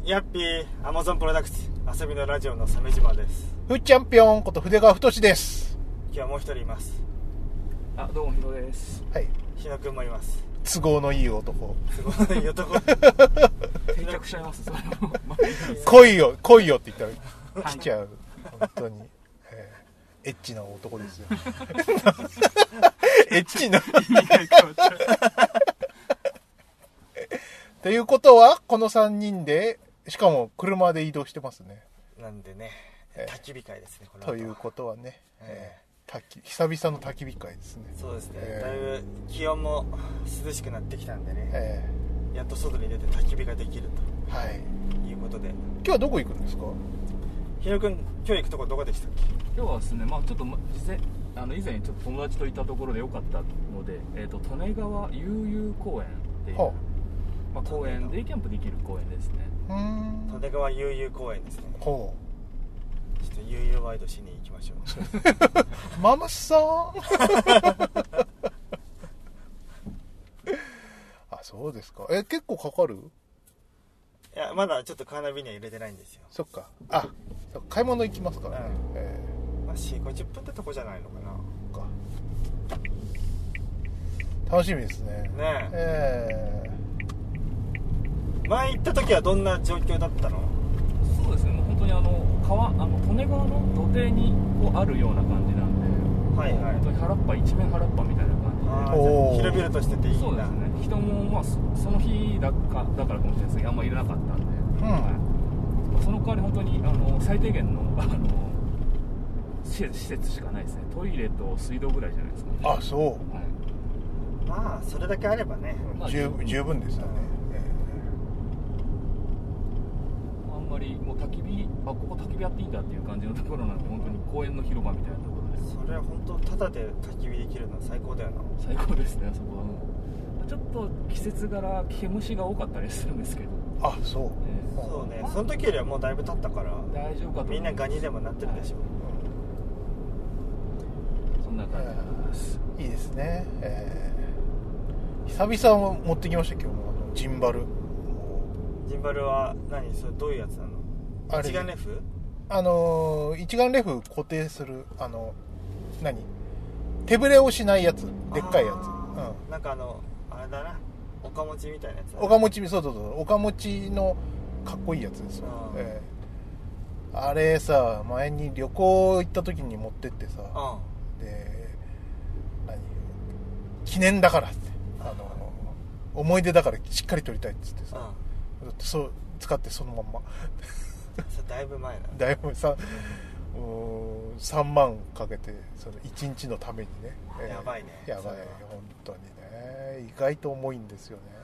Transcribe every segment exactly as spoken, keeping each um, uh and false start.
ヤッピーアマゾンプロダクツ遊びのラジオの鮫島です。 ふっちゃんぴょんこと筆川太です。 今日はもう一人います。 あ、どうもひろです。 はい、 日野くんもいます。 都合のいい男都合のいい男定着しちゃいます。それも来いよ来いよって言ったら来ちゃう本当に、えー、エッチな男ですよエッチなということはこのさんにんで、しかも車で移動してますね。 なんでね、 えー、 焚き火会ですねこの後ということはね、 えー、焚き久々の焚き火会ですね。 そうですね、 えー、 だいぶ気温も涼しくなってきたんでね、えー、やっと外に出て焚き火ができると、はい、いうことで、 今日はどこ行くんですか？ ひろくん、今日行くとこどこでしたっけ？ 今日はですね、まあちょっと事前あの以前ちょっと友達と行ったところで良かったので、えっ、ー、と利根川悠々公園っていう、はあ、まあ、公園デイキャンプできる公園ですね。 うーん、 利根川悠々公園ですね。 ほう、ちょっと悠々ワイドしに行きましょうマムさんあ、そうですか。え、結構かかる？ いや、まだちょっとカーナビには入れてないんですよ。 そっか。あ、買い物行きますからね、うん、えー、まあ、よん、ごじゅっぷんってとこじゃないのかな。 か、楽しみですね。 ねえ、 えー、前行った時はどんな状況だったの？ そうですね、もう本当にあの川、あの利根川の土手にこうあるような感じなんで、はいはい、本当に原っぱ一面原っぱみたいな感じで、 あ、広々としてていいんだ。 そうですね、人もまあその日だかだからかもしれないですけど、あんまりいらなかったんで、うん、はい、まあ、その代わり本当にあの最低限のあの施設しかないですね。トイレと水道ぐらいじゃないですかね。 あ、そう、はい、 まあそれだけあればね、 まあ、十, 十分ですよね、 うん、あんまりもう焚き火、あ、ここ焚き火やっていいんだっていう感じのところなんで、本当に公園の広場みたいなところで、 それは本当タダで焚き火できるのは最高だよな。 最高ですね、あそこは。ちょっと季節柄毛虫が多かったりするんですけど。 あ、そう、ね、 そうね、その時よりはもうだいぶ経ったから大丈夫かと。 みんなガニでもなってるでしょう、はい、 そんな感じです、 えー、いいですね、えー、久々を持ってきました今日も、あのジンバル。 ジンバルは何、それどういうやつなの？一眼レフ？ あの一眼レフ固定する、あの何手ぶれをしないやつ、でっかいやつ、うん、 なんかあのあれだな、岡持ちみたいなやつだ、ね、 岡持ち、そうそうそう、岡持ちのかっこいいやつですよ、あ,、えー、あれさ、前に旅行行った時に持ってってさ、で何記念だからって、あの思い出だからしっかり撮りたいっつってさ、だってそう使ってそのまんまそれだいぶ前なだいぶささんまんかけてそのいちにちのためにね、 えー、やばいね、 やばい、本当にね、意外と重いんですよね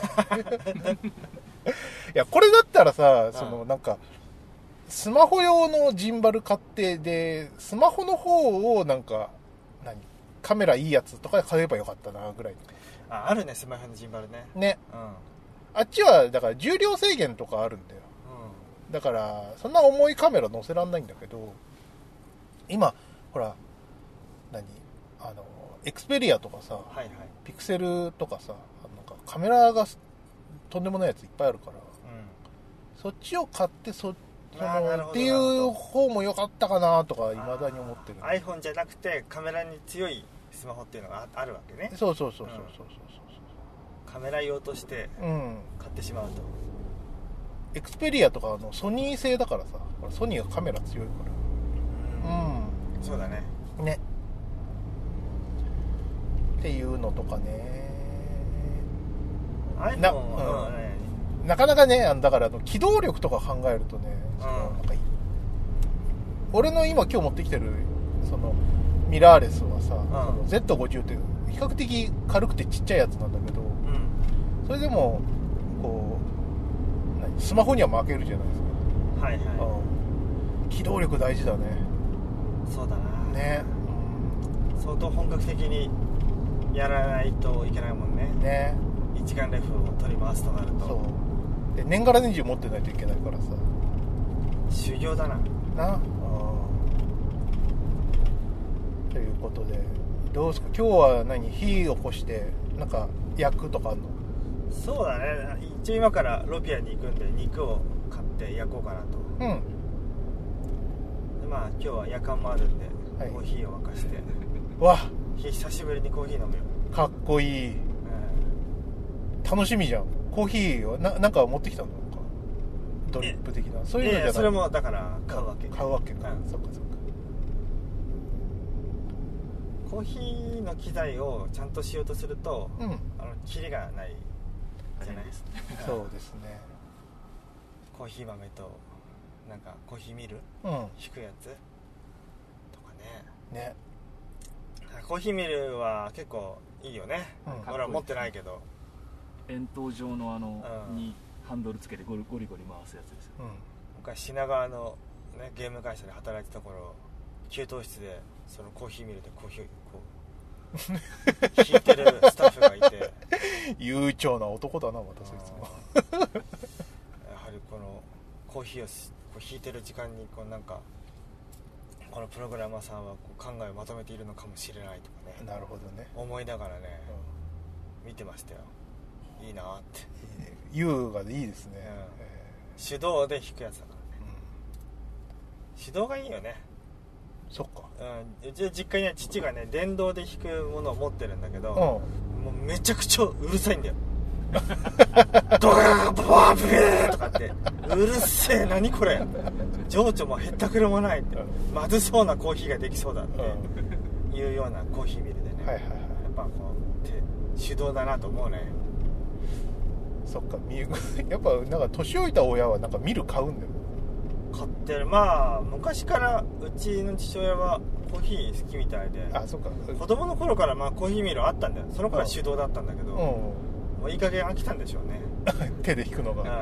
いや、これだったらさ、そのなんかスマホ用のジンバル買ってでスマホの方をなんか何カメラいいやつとかで買えばよかったなぐらい。 あ、あるね、スマホのジンバルね。 ね、 うん、 あっちはだから重量制限とかあるんだよ、うん、だからそんな重いカメラ載せらんないんだけど、今ほら何あのエクスペリアとかさ、はいはい、ピクセルとかさ、なんかカメラがとんでもないやついっぱいあるから、うん、そっちを買ってそそのっていう方も良かったかなとか未だに思ってる。 iPhone じゃなくてカメラに強いスマホっていうのが あ, あるわけね。 そうそうそうそうそうそうそう、 うん、カメラ用として買ってしまうと、うん、 エクスペリアとかのソニー製だからさ、ソニーがカメラ強いから、うん、うん、 そうだねねっていうのとかね、な、うん、なかなかね、だからあの機動力とか考えるとね、そのなんかいい、俺の今今日持ってきてるそのミラーレスはさ、うん、その ゼットごじゅう って比較的軽くてちっちゃいやつなんだけど、うん、それでもこう何スマホには負けるじゃないですか。はいはい、うん、機動力大事だね。 そうだなね、 うん、相当本格的にやらないといけないもんね。ね、一眼レフを取り回すとなると、 そうで年がら年中持ってないといけないからさ、 修行だなな。ということでどうですか今日は？何火起こしてなんか焼くとかあんの？ そうだね、一応今からロピアに行くんで肉を買って焼こうかなと。 うんでまあ今日は夜間もあるんで、 はい、 コーヒーを沸かしてわ久しぶりにコーヒー飲むよ。 かっこいい、うん、楽しみじゃん。コーヒーを な, なんか持ってきたのかドリップ的なそういうのじゃない。 それもだから買うわけ買うわけか、 うん、 そっかそっか。 コーヒーの機材をちゃんとしようとすると、うん、あのキリがないじゃないですね。 そうですね。 コーヒー豆となんかコーヒーミル、うん、引くやつとかね。 ね。 コーヒーミルは結構いいよね。うん、俺は持ってないけど。 円筒状のあの、うん、にハンドルつけてゴリゴリゴリ回すやつですよ。 うん、昔品川の、ね、ゲーム会社で働いてた頃、給湯室でそのコーヒーミルでコーヒーこう引いてるスタッフがいて悠長な男だなまたそいつもやはりこのコーヒーをこう引いてる時間にこうなんかこのプログラマーさんはこう考えをまとめているのかもしれないとかね。 なるほどね。 思いながらね、うん、見てましたよ。いいなって。 優雅でいいですね、うんえー、手動で弾くやつだからね、うん、手動がいいよね。 そっか、 うん、うちの実家には父がね電動で弾くものを持ってるんだけど、うん、もうめちゃくちゃうるさいんだよドガーブワーブーとかってうるせえ何これ情緒もへったくれもないって、まずそうなコーヒーができそうだっていうようなコーヒーミルでね、はいはいはい、やっぱこう手動だなと思うね。 そっか、やっぱなんか年老いた親はなんかミル買うんだよ。 買ってる。まあ昔からうちの父親はコーヒー好きみたいで、 あ、そっか、 子供の頃からまあコーヒーミルあったんだよ。その頃は手動だったんだけど、うん、もういい加減飽きたんでしょうね手で引くのが、うんうん、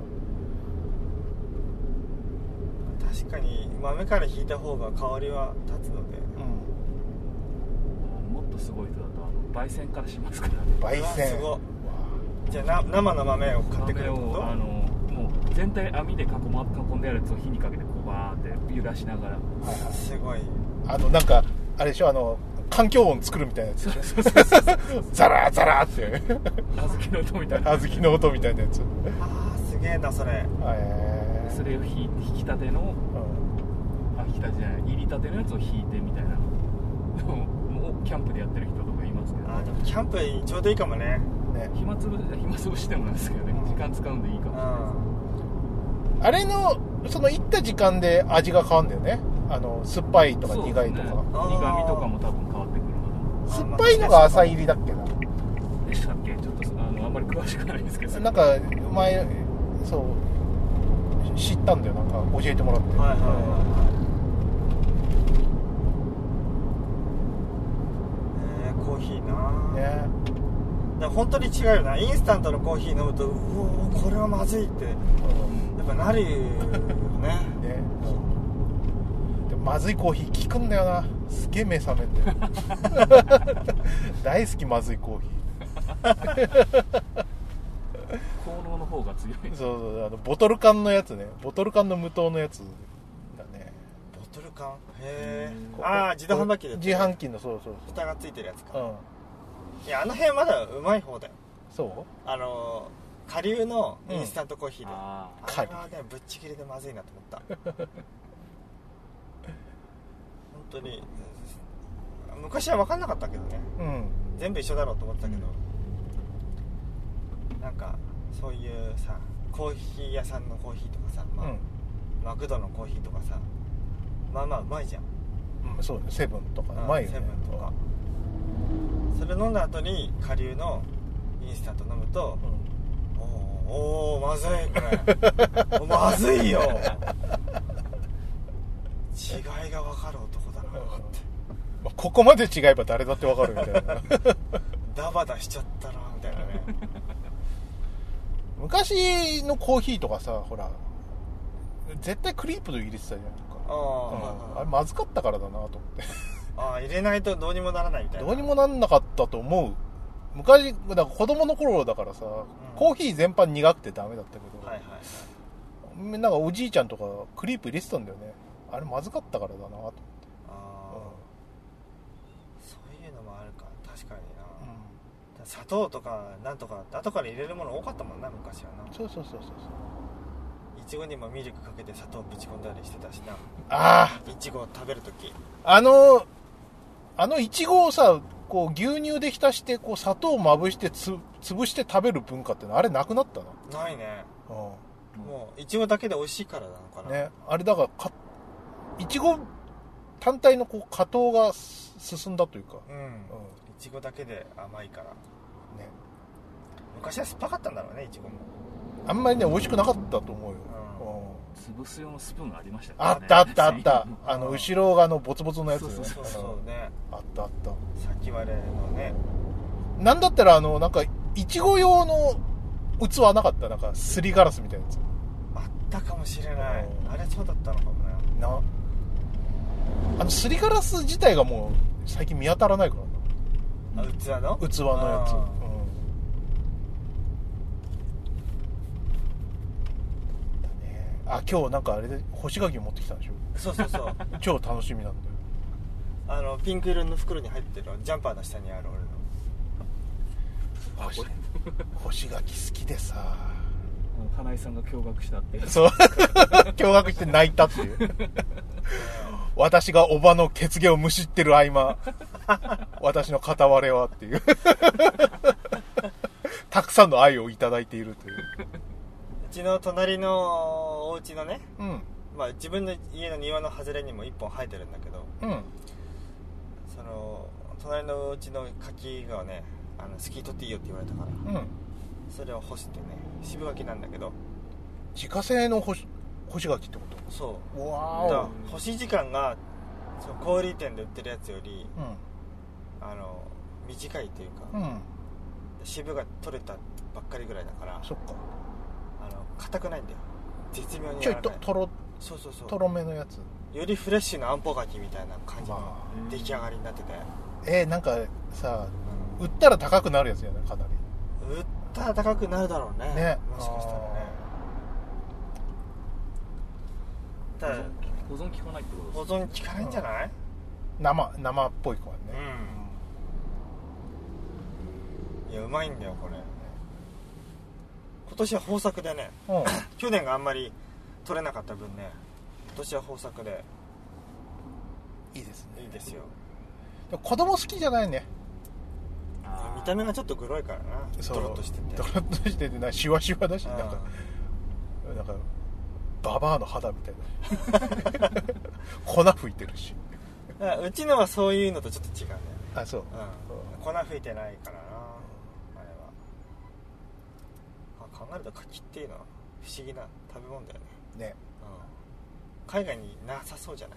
確かに豆から引いた方が香りは立つので、 うん、もっとすごい人だとあの焙煎からしますからね。 焙煎すごい。じゃあな生の豆を買ってくるってこと？ 豆をあのもう全体網で囲,、ま、囲んであるやつを火にかけてこうバーって揺らしながら、 はいはい、すごい。 あのなんかあれでしょ、あの環境音作るみたいなやつザラーザラーって小豆の音みたいな小豆の音みたいなやつ。 あーすげえなそれ。 えー、 それを引きたての、うん、あ引きたてじゃない入りたてのやつを引いてみたいなもうキャンプでやってる人とかいますけど、ね、 あでもキャンプにちょうどいいかもね。 ね、暇つぶ暇つぶしてもなんですけどね、時間使うんでいいかもしれないです。 あれのそのいった時間で味が変わるんだよね。あの酸っぱいとか苦いとか、ね、苦味とかも多分変わってくるので。 酸っぱいのが浅入りだっけなでしたっけ。ちょっとあのあんまり詳しくないですけど、 なんか前そう知ったんだよ、なんか教えてもらって、はいはいはい、えー、コーヒーなね。 だ本当に違うよな。インスタントのコーヒー飲むとうおーこれはまずいってやっぱなるよね。ね、 でもまずいコーヒー効くんだよな。すげえ目覚めんだよ大好きまずいコーヒー効能の方が強い。 そうそう、あのボトル缶のやつね。ボトル缶の無糖のやつだね。 ボトル缶、へえ。ああ自動販売機で自販機の、そうそうそう、 蓋がついてるやつか。うん、いやあの辺まだうまい方だよ。 そう？ あの顆粒のインスタントコーヒーで、うん、あれはねぶっちぎりでまずいなと思った本当に昔は分かんなかったけどね、うん、全部一緒だろうと思ってたけど、うん、なんかそういうさコーヒー屋さんのコーヒーとかさ、まあうん、マクドのコーヒーとかさまあまあうまいじゃん、 うん、そうね。セブンとかうまいよね。 セブンとかそれ飲んだ後に顆粒のインスタント飲むと、うん、おーおーまずいこれまずいよ違いが分かる男だなって、 まあ、ここまで違えば誰だって分かるみたいなダバダしちゃったなみたいなね昔のコーヒーとかさ、ほら絶対クリープ入れてたじゃんか。あ、うん、あれまずかったからだなと思ってああ入れないとどうにもならないみたいな。 どうにもなんなかったと思う。昔だから子供の頃だからさ、うん、コーヒー全般苦くてダメだったけど、はいはいはい、なんかおじいちゃんとかクリープ入れてたんだよね。あれまずかったからだなと思って。あ、 うん、そういうのもあるか。確かにな、うん、砂糖とかなんとか後から入れるもの多かったもんな昔はな。 そうそうそうそう。 ちごにもミルクかけて砂糖ぶち込んだりしてたしな。 ああいちごを食べるとき、 あのあのいちごをさこう牛乳で浸してこう砂糖をまぶしてつ潰して食べる文化ってのあれなくなったな。 ないね、 うん、 もういちごだけで美味しいからなのかなね。あれだからかいちご単体のこう果糖が進んだというか、 うん、いちごだけで甘いからね。 昔は酸っぱかったんだろうね、いちごも。 あんまりね美味しくなかったと思うよ、 うん、潰す用のスプーンがありましたよね。 あったあったあったあの後ろがあのボツボツのやつね。 そうそうそうね、 あったあった先割れのね。 なんだったらあのなんかいちご用の器なかった？なんかすりガラスみたいなやつあったかもしれない。あれそうだったのかもね。 なあのすりガラス自体がもう最近見当たらないからな。あ、器の器のやつ、うん、だね。あ、今日なんかあれで干し柿持ってきたんでしょ。 そうそうそう超楽しみなんだよ。 あのピンク色の袋に入ってるジャンパーの下にある俺の干し干し柿好きでさ、 花井さんが驚愕したっていう。 そう驚愕して泣いたっていう私がおばの血毛をむしってる合間私の片割れはっていうたくさんの愛をいただいているという。 うちの隣のお家のね、 うん、 まあ自分の家の庭の外れにも一本生えてるんだけど、 うん、 その隣のうちの柿がね、あの好きに取っていいよって言われたから、うん、それを干してね、渋柿なんだけど自家製の干し干し柿ってこと？ そう。 わだから干し時間がその小売店で売ってるやつより、 うん、 あの短いというか、 うん、 渋が取れたばっかりぐらいだから、 そっか、 あの硬くないんだよ、絶妙にちょいととろそうそうそうとろめのやつ、 よりフレッシュなあんぽ柿みたいな感じの出来上がりになってて、 えー、なんかさ、うん、売ったら高くなるやつやね、かなり。 売ったら高くなるだろうね、 ね、 もしかしたらね。 ただ保存効かないってことですか？保存効かないんじゃない？うん、 生生っぽい子はね、 うん、いやうまいんだよこれ。今年は豊作でね、うん、去年があんまり取れなかった分ね、今年は豊作でいいですね。 いいですよ。 でも子供好きじゃないね。 見た目がちょっっとグロいからな、ドロッとしててドロッとしててな、シワシワだし、なんかなんかババアの肌みたいな粉吹いてるしうちのはそういうのとちょっと違うね。 あ、そう、 うん、粉吹いてないからな、あれは。あ、考えると柿っていうのは不思議な食べ物だよね。ね、うん、海外になさそうじゃない？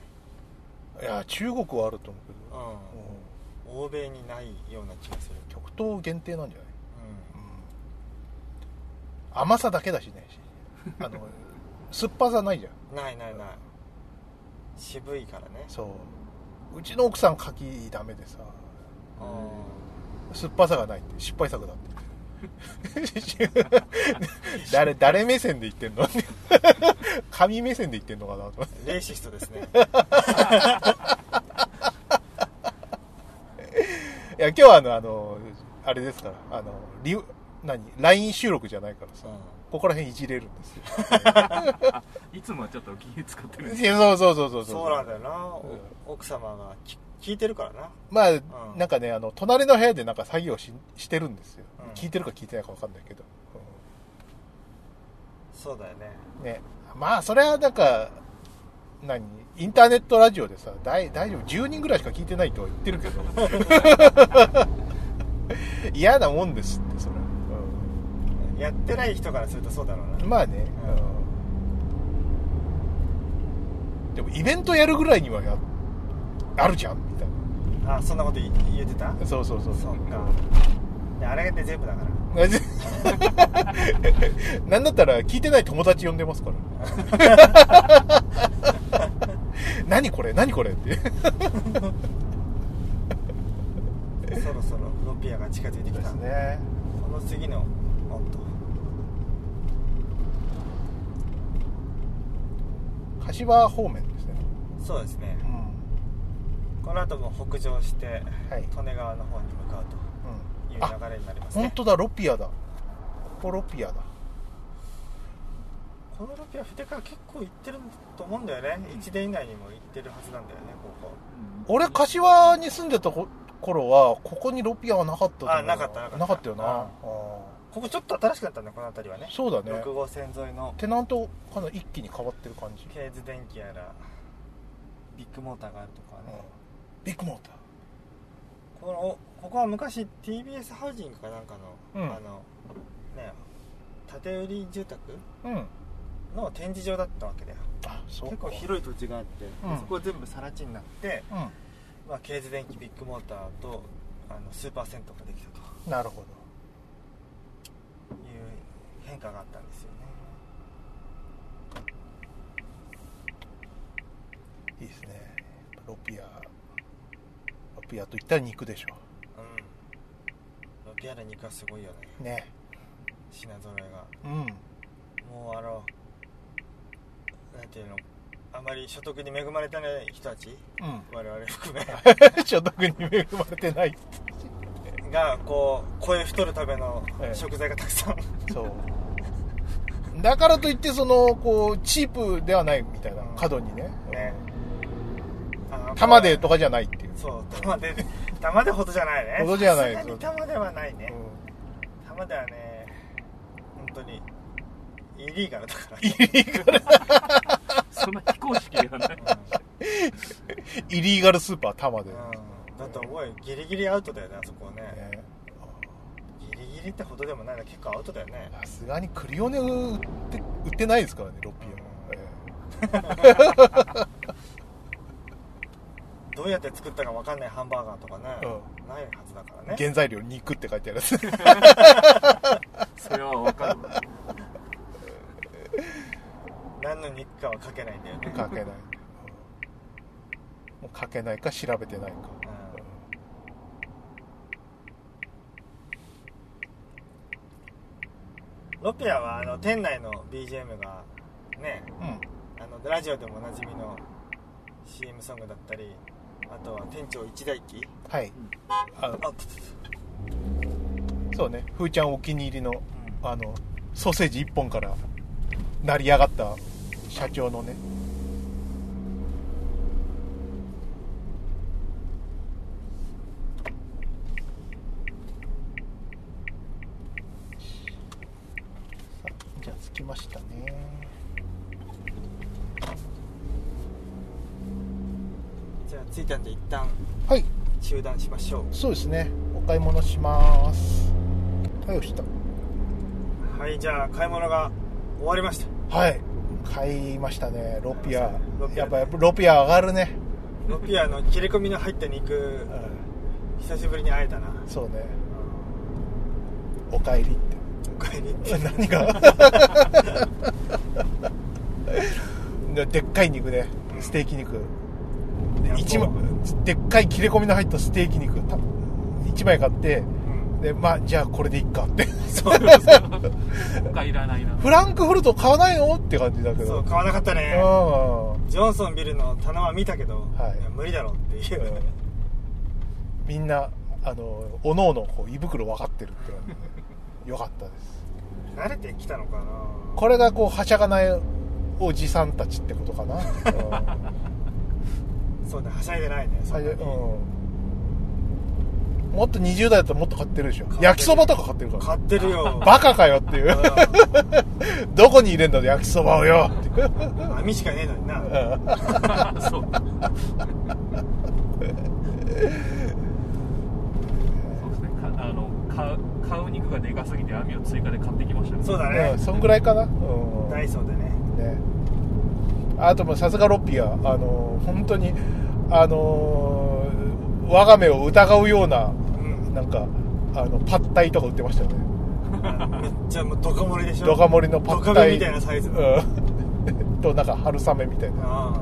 いや、中国はあると思うけど、 うん、欧米にないような気がする。 極東限定なんじゃない？うんうん、甘さだけだしねあの酸っぱさないじゃん。 ないないない、渋いからね。 そう、うちの奥さん柿ダメでさ、うん、酸っぱさがないって失敗作だって誰誰目線で言ってんの神目線で言ってんのかなと。 レーシストですねいや、今日はあのあのあれですから、あのリ何 ライン 収録じゃないからさ、うん、ここら辺いじれるんですよいつもはちょっと気使ってるんですよ。そうそうそうそうそうなんだよな、うん、奥様が聞いてるからな。 まあ、うん、なんかね、あの隣の部屋でなんか作業 し, してるんですよ、うん、聞いてるか聞いてないか分かんないけど、 うん、そうだよね。 ね、まあそれはなんか何インターネットラジオでさ、大丈夫じゅうにんぐらいしか聞いてないとは言ってるけど嫌なもんですって、それ、 うん、やってない人からするとそうだろうな。 まあね、うん、でもイベントやるぐらいにはやあるじゃんみたいな。あ、そんなこと言ってた？ そうそうそうそうか。であれで全部だからなんだったら聞いてない友達呼んでますから何これ何これってそろそろロピアが近づいてきたですね。この次のおっと柏方面ですね。 そうですね、うん、この後も北上して、はい、利根川の方に向かうという流れになりますね。 本当だ、ロピアだ、ここロピアだ。 このロピア筆川結構行ってると思うんだよね。いちねん以内にも行ってるはずなんだよね、ここ。 うん、俺柏に住んでた頃はここにロピアはなかったと思う。 あ、なかったなかったなかったよな。あここちょっと新しくなったんだ、この辺りはね。 そうだね。 ろく号線沿いのテナントかな一気に変わってる感じ。 ケーズ電機やらビッグモーターがあるとかね、 うん、ビッグモーターこのここは昔 ティービーエス ハウジングかなんかの、うん、あのね建売り住宅の展示場だったわけだよ。あ、そうか。結構広い土地があって、うん、そこは全部更地になって、うん、まあ、ケーズ電機ビッグモーターとあのスーパー銭湯ができたと。 なるほど。 いう変化があったんですよね。いいですね。ロピアロピアといったら肉でしょう。 うん。ロピアの肉はすごいよね。 ね。 品揃えが。 うん。 もうあのなんていうの、あまり所得に恵まれてない人たち、うん、我々含め所得に恵まれてないがこう声太るための食材がたくさん、ええ、 そうだからといってそのこうチープではないみたいな、うん、過度にね、ね、玉でとかじゃないっていう。 そう玉で玉でほどじゃないね。 ほどじゃない。 さすがに玉ではないね、うん、玉ではね本当にイリーガルだから、ね、 イリーガルそんな非公式ではない、 うん、イリーガルスーパー玉で、うん、 だって思うよ、ギリギリアウトだよね、あそこはね、ね、ギリギリってほどでもないな、結構アウトだよね。 さすがにクリオネ売って売ってないですからね、ロピア、うんえー、 どうやって作ったか分かんないハンバーガーとかね、うん、ないはずだからね。 原材料肉って書いてあるやつそれは分かるわ何の肉かは書けないんだよね。 書けない、もう書けないか調べてないか、 うん、ロピアはあの店内の ビージーエム がね、うん、あのラジオでもおなじみの シーエム ソングだったり、あとは店長一台機、 はい、ああそうね、ふーちゃんお気に入りの、うん、あのソーセージいっぽんから成り上がった社長のね、じゃあ着きましたね。 じゃあ着いたんで一旦はい中断しましょう。 そうですね、お買い物します。はい、押した。 はい、じゃあ買い物が終わりました。 はい、買いましたね。ロピア、ロピアやっぱロピア上がるね。 ロピアの切れ込みの入った肉、うん、久しぶりに会えたな。 そうね、うん、おかえりっておかえりって何がでっかい肉ね、ステーキ肉、うん、一枚でっかい切れ込みの入ったステーキ肉いちまい買って、うん、でまあじゃあこれでいっかってそうそう他いらないな。 フランクフルト買わないのって感じだけど、 そう買わなかったね。ジョンソンビルの棚は見たけど、はい、いや無理だろうっていう、うん、 みんなあのおのおのこう胃袋分かってるって感じよかったです。 慣れてきたのかな。 これがこうはしゃがないおじさんたちってことかな、うん、 そうね、はしゃいでないね、そんなに、うん、 もっとにじゅう代だったらもっと買ってるでしょ。焼きそばとか買ってるから。 買ってるよ。 バカかよっていうどこに入れんだ焼きそばをよって網しかねえのになそうそうですね、あの買う、買う肉がでかすぎて網を追加で買ってきましたね。 そうだね、 うん、そんぐらいかな、うん、 ダイソーでね。ね、 あともさすがロピア、あの本当にあの我が目を疑うような、うん、なんかあのパッタイとか売ってましたよねめっちゃもうドカ盛りでしょ。 ドカ盛りのパッタイみたいなサイズ、うん、 となんか春雨みたいな、あ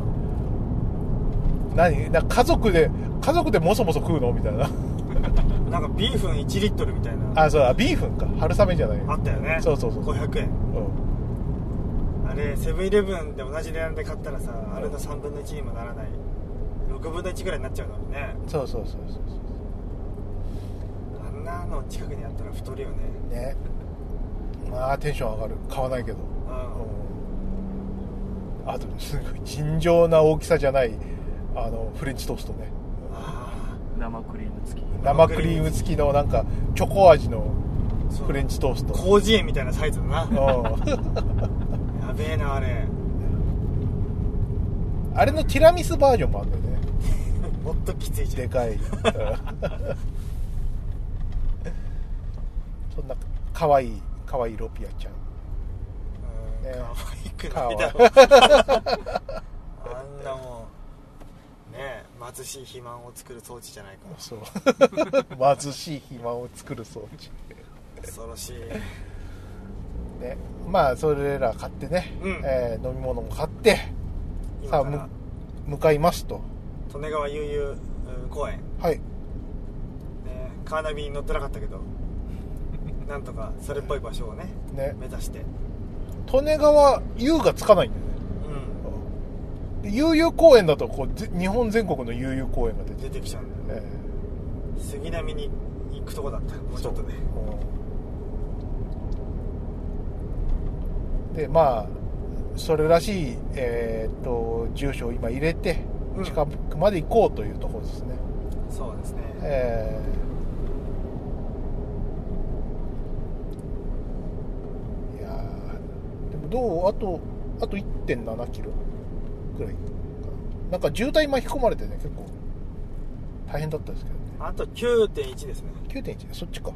何なんか家族で家族でもそもそ食うのみたいななんかビーフンいちリットルみたいな。 あ、そうだ、ビーフンか、春雨じゃない。 あったよね。 そうそうそう、 ごひゃくえん、うん、あれセブンイレブンで同じ値段で買ったらさ、あれのさんぶんのいちにもならない、ろくぶんのいちぐらいになっちゃうのにね。 そうそうそうそうそう、 あんなの近くにあったら太るよね。 ね、まあテンション上がる。買わないけど、うん、 あとすごい尋常な大きさじゃないあのフレンチトーストね。 あ生クリーム付き生クリーム付きのなんかチョコ味のフレンチトースト。 広辞苑みたいなサイズだな。 うんやべえなあれ。 あれのティラミスバージョンもあるんだよね。 もっときついじゃん。 でかい。そんな可愛い可愛いロピアちゃん。 うん、 ね、 可愛くないだろ。あんなもんね貧しい肥満を作る装置じゃないか。 そう貧しい肥満を作る装置。 恐ろしい。 ね、まあそれら買ってね、うん、えー、飲み物も買ってさあむ向かいますと利根川悠々公園。 はい、ね、 カーナビに乗ってなかったけどなんとかそれっぽい場所を ね, ね目指して。 利根川悠がつかないんだよね、うん、で悠々公園だとこう日本全国の悠々公園が出 て, 出てきちゃうんだよね、えー、杉並に行くとこだった。もうちょっとね。 でまあそれらしい、えー、っと住所を今入れて近くまで行こうというところですね、 うん、そうですね、 えー、いやでもどうあとあと いってんななキロぐらいなんか渋滞巻き込まれてね結構大変だったですけどね。 あと きゅうてんいち ですね。 きゅうてんいち そっちか。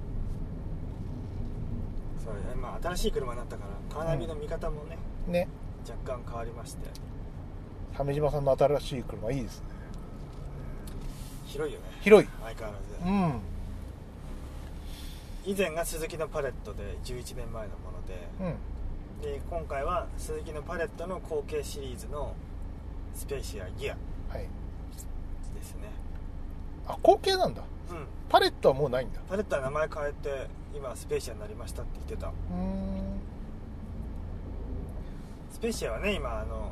そうね、まあ新しい車になったからカーナビの見方もね、うん、ね若干変わりまして、 鮫島さんの新しい車いいですね。 広いよね。 広い相変わらず。うん。 以前がスズキのパレットでじゅういちねんまえのもので、うん、で今回はスズキのパレットの後継シリーズのスペーシアギアですね。 はい、あ、後継なんだ。うん。パレットはもうないんだ。 パレットは名前変えて今スペーシアになりましたって言ってた。うーん。スペーシアはね今あの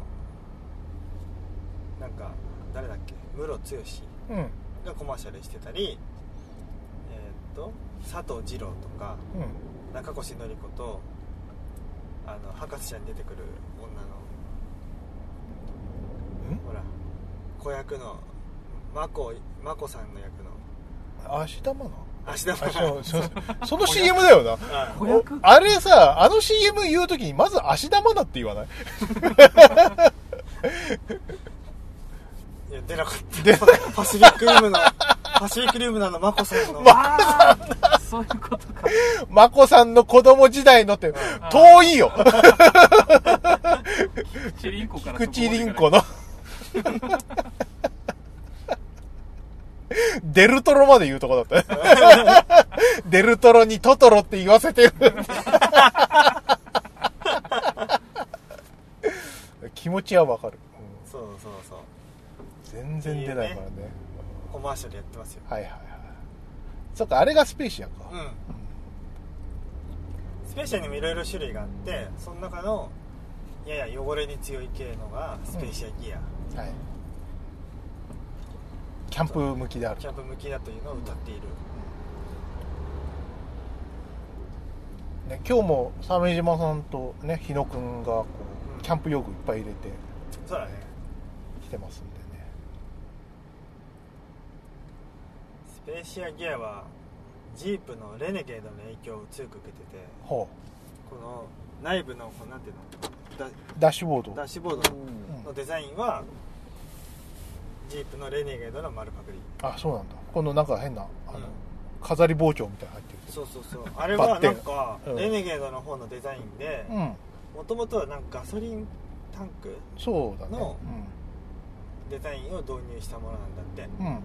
なんか誰だっけ室剛がコマーシャルしてたり、うん、えー、っと佐藤二朗とか、うん、中越典子とあの博士ちゃんに出てくる女の、ほら子役の眞子眞子さんの役の芦田愛菜。 芦田愛菜その シーエム だよな。あれさ、あの シーエム 言うときにまず芦田愛菜って言わない？ いや出なかったパシフィックリームのパシフィックリームの眞子さんのあそういうことか。 眞子さんの子供時代のって遠いよ。 菊池凛子から菊池凛子のデルトロまで言うとこだったデルトロにトトロって言わせてる気持ちはわかる、 うん、そうそうそう全然出ないからね、 コマーシャルやってますよ。 はいはいはい。そっか、あれがスペーシアか。うん、うん、 スペーシアにもいろいろ種類があって、その中のやや汚れに強い系のがスペーシアギア、うん、はい、 キャンプ向きである。 キャンプ向きだというのを歌っている、 うんね、今日も鮫島さんとね日野くんがこう、うん、キャンプ用具いっぱい入れてそうだね来てますんでね。 スペーシアギアはジープのレネゲードの影響を強く受けてて、ほう、この内部のこうなんていうの ダ, ダッシュボードダッシュボードのデザインは、うん、ジープのレネゲードの丸パクリ。 あ、そうなんだ。このなんか変なあの、うん、飾り包丁みたいなの入ってる。 そうそうそう。あれはなんか、うん、レネゲードの方のデザインで、もともとはなんかガソリンタンクのデザインを導入したものなんだって、うん、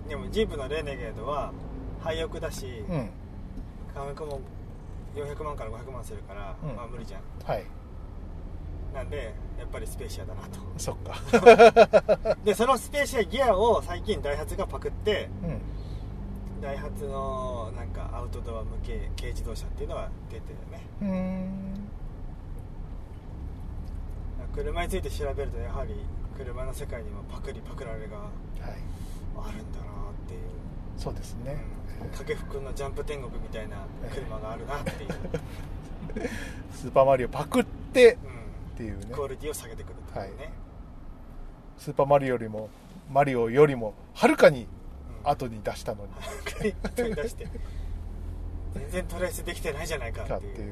でもジープのレネゲードは廃屋だし、うん、価格もよんひゃくまんからごひゃくまんするから、うん、まあ無理じゃん。はい。なんでやっぱりスペーシアだなと。 そっかでそのスペーシアギアを最近ダイハツがパクって、うん、ダイハツのなんかアウトドア向け軽自動車っていうのは出てるよね。うーん、車について調べるとやはり車の世界にもパクリパクられがあるんだなっていう、はい、 そうですね、 うん、掛布君のジャンプ天国みたいな車があるなっていうスーパーマリオパクってっていうねクオリティを下げてくるっていうね、はい、 スーパーマリオよりもマリオよりもはるかに後に出したのに、 うん、後に出して全然トレースできてないじゃないかっていう、ね、っていう、うん、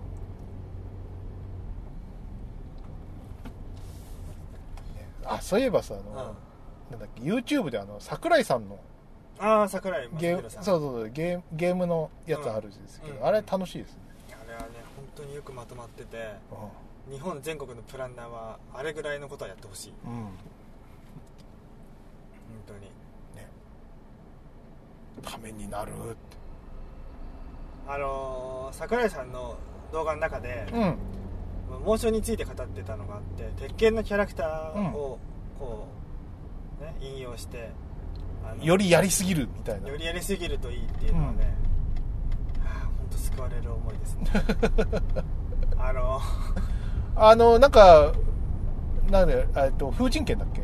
あ、そういえばさ、あの、うん、なんだっけ YouTube であの桜井さんのああ桜井ゲームそうそうゲーゲームのやつあるんですけど、うん、あれ楽しいですね。 あれはね本当によくまとまってて、うん、日本全国のプランナーはあれぐらいのことはやってほしい、うん、本当にねためになるってあのー、桜井さんの動画の中で、うん、モーションについて語ってたのがあって鉄拳のキャラクターをこう、ね、引用してよりやりすぎるみたいなよりやりすぎるといいっていうのはね、うん、はあ、本当救われる思いですねあのあのなんかなんでえっと風神剣だっけ、うん、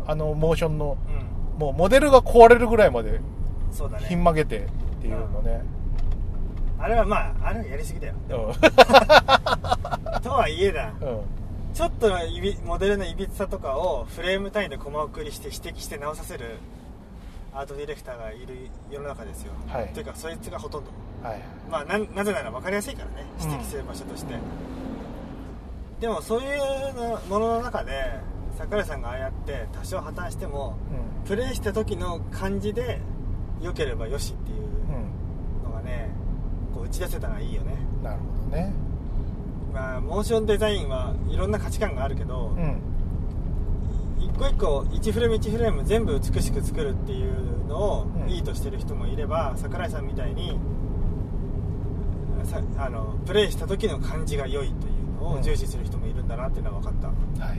あのモーションの、うん、もうモデルが壊れるぐらいまでひん曲げてっていうのね、 うん、あれはまああれはやりすぎだよ、うん、とはいえだ、うん、ちょっとのいびモデルのいびつさとかをフレーム単位でコマ送りして指摘して直させるアートディレクターがいる世の中ですよ、はい、というかそいつがほとんど、はい、まあ な, なぜなら分かりやすいからね指摘する場所として、うん、でもそういうのものの中で桜井さんがああやって多少破綻しても、うん、プレイした時の感じで良ければよしっていうのがね、こう打ち出せたらいいよね。 なるほどね。 まあモーションデザインはいろんな価値観があるけど、うん、一個一個いちフレームいちフレーム全部美しく作るっていうのをいいとしてる人もいれば、うん、桜井さんみたいにさあのプレイした時の感じが良いというのを重視する人もいるんだなっていうのは分かった、うん、はい、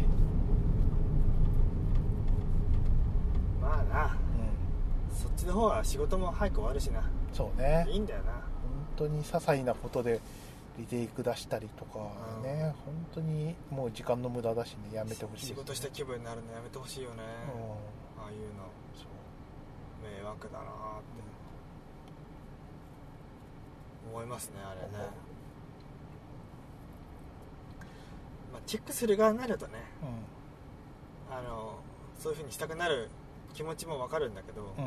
まあな、うん、そっちの方が仕事も早く終わるしな。 そうね、 いいんだよな。本当に些細なことでリテイク出したりとかね、うん、本当にもう時間の無駄だしね、やめてほしい、ね、 仕事した気分になるのやめてほしいよね、うん、ああいうのそう迷惑だなって思いますね、あれね、まあ、チェックする側になるとね、うん、あのそういう風にしたくなる気持ちもわかるんだけど、うん、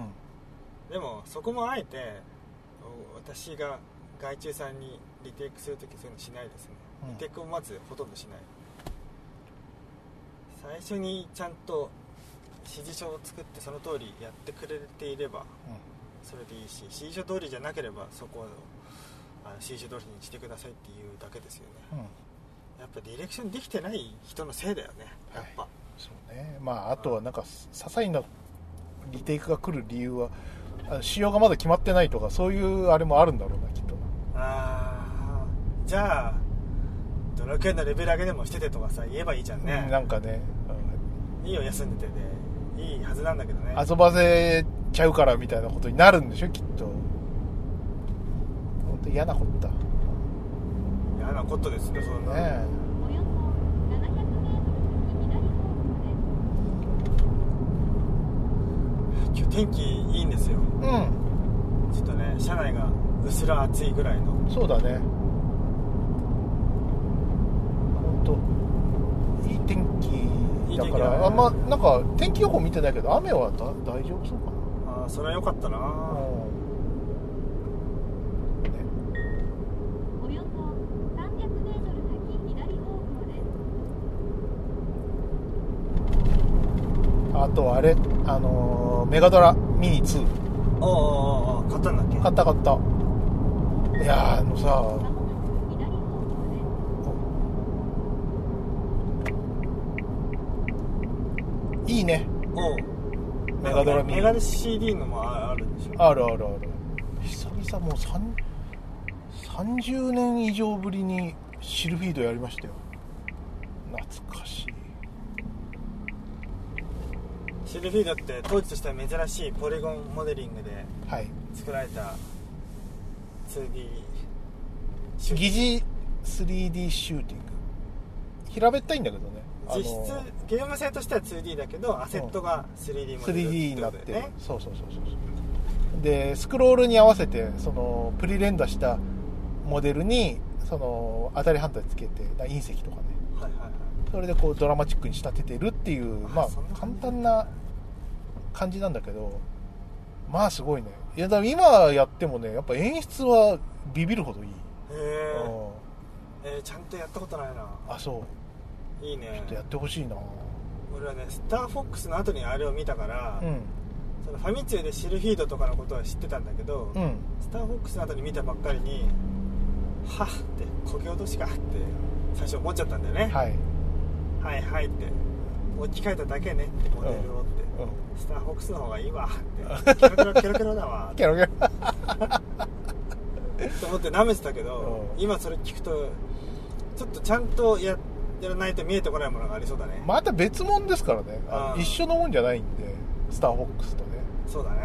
でもそこもあえて私が外注さんにリテイクするときそういうのしないですね、うん、リテイクをまずほとんどしない。最初にちゃんと指示書を作ってその通りやってくれていればそれでいいし、指示書通りじゃなければそこをあの指示書通りにしてくださいっていうだけですよね、うん、やっぱディレクションできてない人のせいだよね、やっぱ、はい、 そうね。まああとはなんか些細なリテイクが来る理由は仕様がまだ決まってないとかそういうあれもあるんだろうな、きっとな。 ああ、じゃあドラクエのレベル上げでもしててとかさ言えばいいじゃんね、 うん、なんかね、 うん、いいよ休んでてでいいはずなんだけどね、 遊ばせちゃうからみたいなことになるんでしょきっと。本当嫌なこった嫌なことですね、そんなね。今日天気いいんですよ。うん。ちょっとね車内がうっすら暑いぐらいの。 そうだね。本当いい天気だから、いい、ね、あんまなんか天気予報見てないけど雨はだ大丈夫そうかな。ああ、それは良かったな。うん。ね、およそさんびゃくメートル先左方向です。あとあれあのー、メガドラミニツー。 ああああ、買ったんだっけ。 買った買った。いやーあのさいいね。 おうメガドラミニメガド シーディー のもあるでしょ。 あるあるある。久々もうさんじゅうねん以上ぶりにシルフィードやりましたよ。懐かしい。 シルフィードって当時としては珍しいポリゴンモデリングで作られた ツーディー疑似 スリーディー シューティング。平べったいんだけどね。 実質ゲーム性としては ツーディー だけどアセットが スリーディー モデル、 ね、スリーディー になって、ね、そうそうそうそうでスクロールに合わせてそのプリレンダしたモデルにその当たり判断つけて隕石とかね、 はいはいはい、 それでこうドラマチックに仕立ててるっていうまあ簡単な感じなんだけど、まあすごいね。いやだから今やってもねやっぱ演出はビビるほどいい。へえ、えー、ちゃんとやったことないな。 あ、そういいね。 ちょっとやってほしいな。 俺はねスターフォックスの後にあれを見たから、うん、そのファミ通でシルフィードとかのことは知ってたんだけど、うん、スターフォックスの後に見たばっかりにはっってこけ落としかって最初思っちゃったんだよね、はい、はいはいって置き換えただけねってモデルをって、うんうん、スターフォックスの方がいいわってケロケロケロケロだわケロケロと思って舐めてたけど、うん、今それ聞くとちょっとちゃんとややらないと見えてこないものがありそうだね。また別物ですからね、あ一緒のもんじゃないんでスターフォックスとね。そうだね、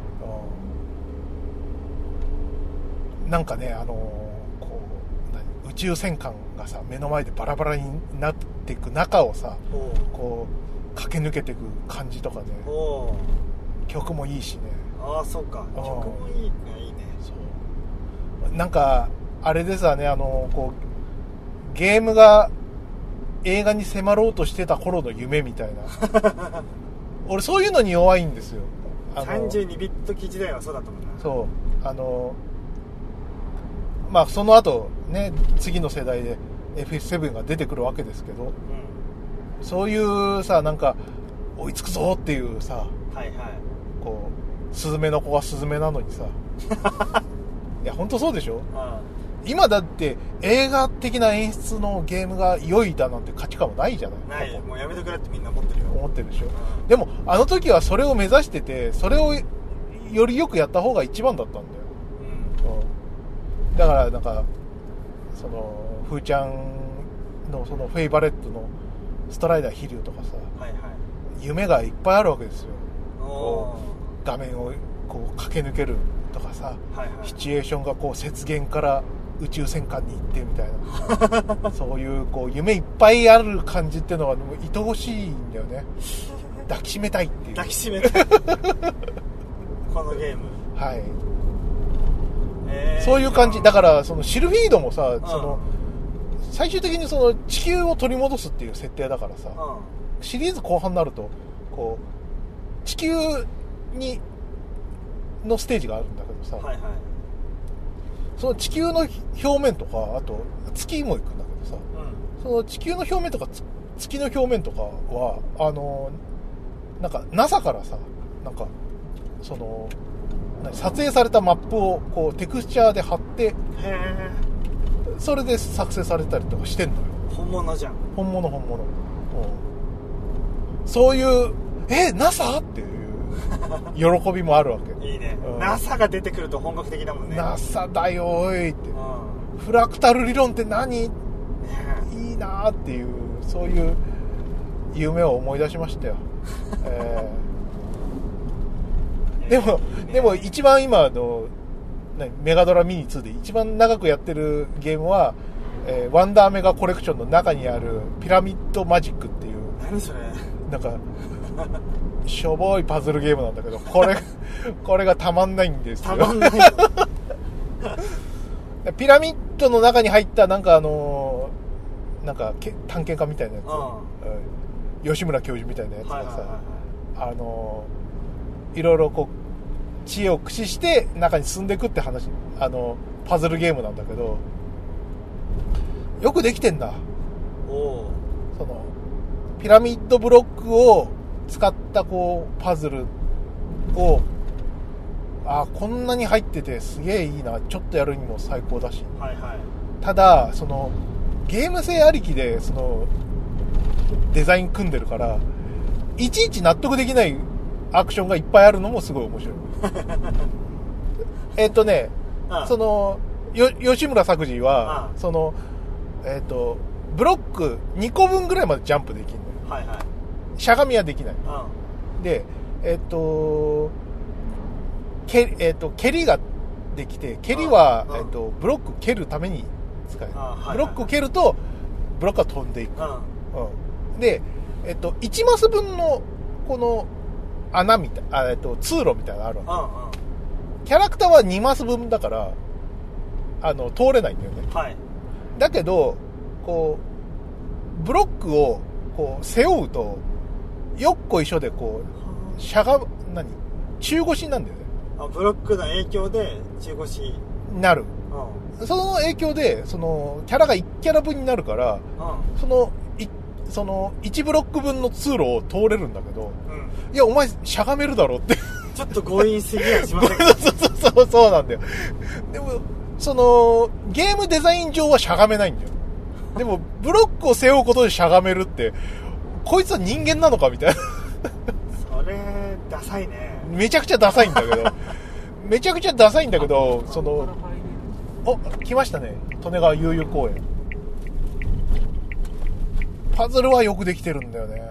うん、なんかねあのー、こう宇宙戦艦がさ目の前でバラバラになっていく中をさこう駆け抜けていく感じとかね、曲もいいしね。ああそうか、曲もいいね。いいね。そうなんかあれですわね、あのー、こうゲームが映画に迫ろうとしてた頃の夢みたいな俺そういうのに弱いんですよ。あのさんじゅうにビット機時代はそうだったもんな。そうあのまあその後ね次の世代で エフエスセブン が出てくるわけですけど、うん、そういうさなんか追いつくぞっていうさ、はいはい、こうスズメの子はスズメなのにさいや本当そうでしょ。今だって映画的な演出のゲームが良いだなんて価値観もないじゃない。ない、もうやめてくれってみんな思ってるよ。思ってるでしょ、うん、でもあの時はそれを目指しててそれをよりよくやった方が一番だったんだよ、うんうん、だからなんかそのふーちゃんのそのフェイバレットのストライダー飛竜とかさ、はいはい、夢がいっぱいあるわけですよ。こう画面をこう駆け抜けるとかさ、はいはい、シチュエーションがこう雪原から宇宙戦艦に行ってみたいなそういうこう夢いっぱいある感じっていうのが愛おしいんだよね。抱きしめたいっていう。抱きしめたいこのゲーム、はい、えー、そういう感じだから。そのシルフィードもさ、うん、その最終的にその地球を取り戻すっていう設定だからさ、うん、シリーズ後半になるとこう地球にのステージがあるんだけどさ、はいはい、その地球の表面とかあと月も行くんだけどさ、うん、その地球の表面とか月の表面とかはあのなんか ナサ からさなんかその撮影されたマップをこうテクスチャーで貼ってそれで作成されたりとかしてんのよ。本物じゃん。本物本物、うん、そういうえ ナサ っていう喜びもあるわけ。いいね、うん、ナサ が出てくると本格的だもんね。 ナサ だよおいって、うん、フラクタル理論って何、ね、いいなっていうそういう夢を思い出しましたよ、えー、でもでも一番今のメガドラミニツーで一番長くやってるゲームは、えー、ワンダーメガコレクションの中にあるピラミッドマジックっていう。何それ。なんかしょぼいパズルゲームなんだけどこれこれがたまんないんですよ。たまんないピラミッドの中に入ったなんかあのー、なんか探検家みたいなやつ、うん、吉村教授みたいなやつがさ、はいはいはいはい、あのー、いろいろこう知恵を駆使して中に進んでいくって話、あのパズルゲームなんだけどよくできてんだ。おそのピラミッドブロックを使ったこうパズルをあこんなに入っててすげえいいな、ちょっとやるにも最高だし、はいはい、ただそのゲーム性ありきでそのデザイン組んでるからいちいち納得できないアクションがいっぱいあるのもすごい面白いえっとねああそのよ吉村作治はああそのえっとブロックにこぶんぐらいまでジャンプできるのよ、はいはい、しゃがみはできない、ああでえっとけえっと蹴りができて蹴りはああえっとブロック蹴るために使える、はいはい、ブロックを蹴るとブロックが飛んでいく、うん、でえっといちマス分のこの穴みたいあ、えっと、通路みたいなのあるわけ、うんうん、キャラクターはにマス分だからあの通れないんだよね、はい、 だけどこうブロックをこう背負うとよっこいしょでこうしゃが何中腰なんだよね。 あ、ブロックの影響で中腰になる。 うん、 その影響でそのキャラがいちキャラ分になるから、うん、そのいそのいちブロック分の通路を通れるんだけど、うん、いやお前しゃがめるだろってちょっと強引すぎやしませんかそうそうそうそうなんだよ。でもそのゲームデザイン上はしゃがめないんだよ。でもブロックを背負うことでしゃがめるってこいつは人間なのかみたいなそれダサいね。 めちゃくちゃダサいんだけどめちゃくちゃダサいんだけど、そのお来ましたね、利根川悠々公園。パズルはよくできてるんだよね。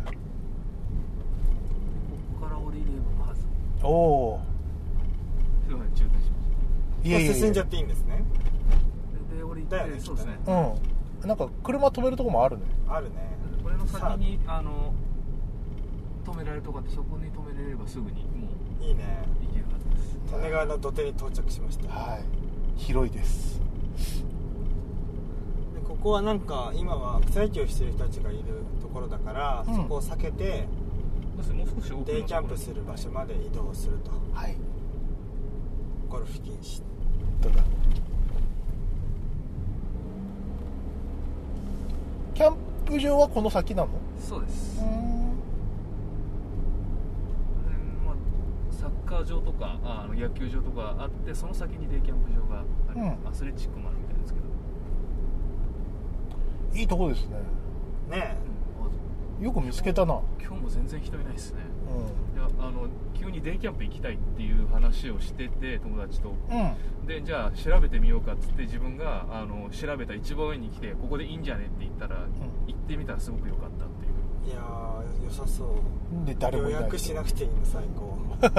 ここから降りればはず。 おお。 すいません、中退しました。 いやいやいや、 進んじゃっていいんですね。 で降りて、ね、そうですね。 うん。なんか車止めるとこもあるね。 あるね。 これの先にあの止められるとこあって、そこに止めれればすぐにもういいね。 行けるはずです。 利根川の土手に到着しました。 はい。広いです。 でここはなんか今は草野球をしてる人たちがいるところだから、うん、そこを避けてもう少しデイキャンプする場所まで移動すると。 はい。 ゴルフ禁止。 どうだ。キャンプ場はこの先なの？ そうです。サッカー場とかあの野球場とかあって、その先にデイキャンプ場がある、うん、アスレチックもあるみたいですけど、 いいとこですね。 ねえ、よく見つけたな。 今日も全然人いないですね。 うん、 いやあの急にデイキャンプ行きたいっていう話をしてて、友達と、うん、でじゃあ調べてみようかっつって、自分があの調べた一番上に来て、ここでいいんじゃねって言ったら、うん、行ってみたらすごく良かったっていう。 いやー良さそう。 で誰もいない。 予約しなくていいの最高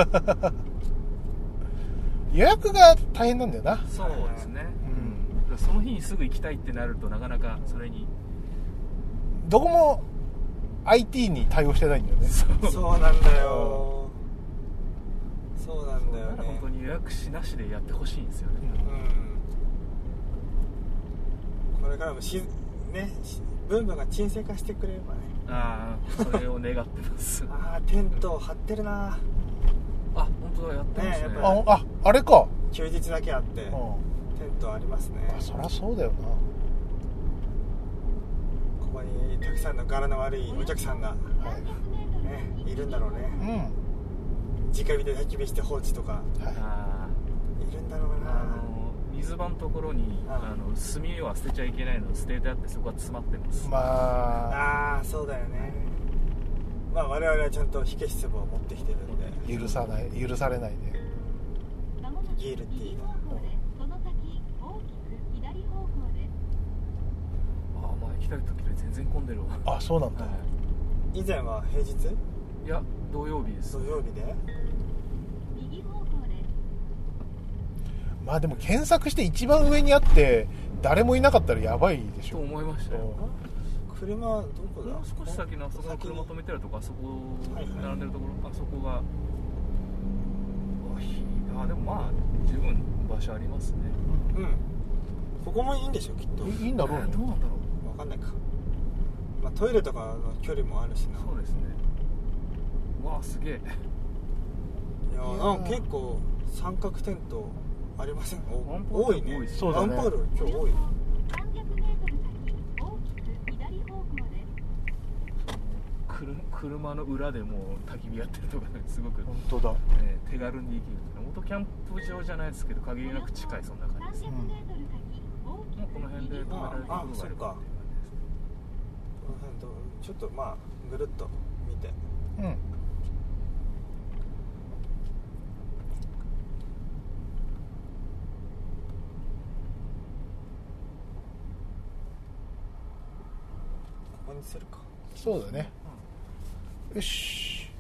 予約が大変なんだよな。 そうですね、うん、その日にすぐ行きたいってなるとなかなかそれにどこも アイティー に対応してないんだよね。 そうなんだよ、そうなんだよね。 本当に予約しなしでやってほしいんですよね、 うん、これからもしね文化が沈静化してくれればね。 ああ、それを願ってますああ、テント張ってるな。 あ、本当だ、やってますね。ねあ, あ、あれか。 休日だけあって、うん、テントありますね。 あ、そりゃそうだよな。 ここにたくさんの柄の悪いお客さんが、はい、ね、いるんだろうね。うん。直火で焚き火して放置とか、はい、いるんだろうな。 あの水場のところに、うん、あの炭は捨てちゃいけないの捨ててあって、そこは詰まってます。 まあ、 あー、そうだよね。まあ我々はちゃんと火消し壺を持ってきてるんで許さない、許されないね。 ギールティーが、 ああ、前来た時で全然混んでるわ。 あ、そうなんだ、はい、 以前は平日？ いや、土曜日です。 土曜日で？ まあでも検索して一番上にあって誰もいなかったらやばいでしょ。 と思いましたよ。 車どこだ？ 少し先のあそこの車止めてるとこ、あそこ並んでるところ、あそこが、あ、でもまあ十分場所ありますね。 うん。ここもいいんでしょきっと。 いいんだろうね。 どうなんだろう。わかんないか。まあトイレとかの距離もあるしな。 そうですね。わあ、すげえ。いやー、なんか結構三角テントありません？多いね。 そうだね。 ワンパール今日多い。 車の裏でもう焚き火やってるとかね、すごく本当だ、 えー、手軽にできる。元キャンプ場じゃないですけど、限りなく近い、そんな感じです。うん、もうこの辺で止められてるのがあるかっていう感じです。この辺とちょっとまあぐるっと見て。うん。ここにするか。 そうだね、うん、よし、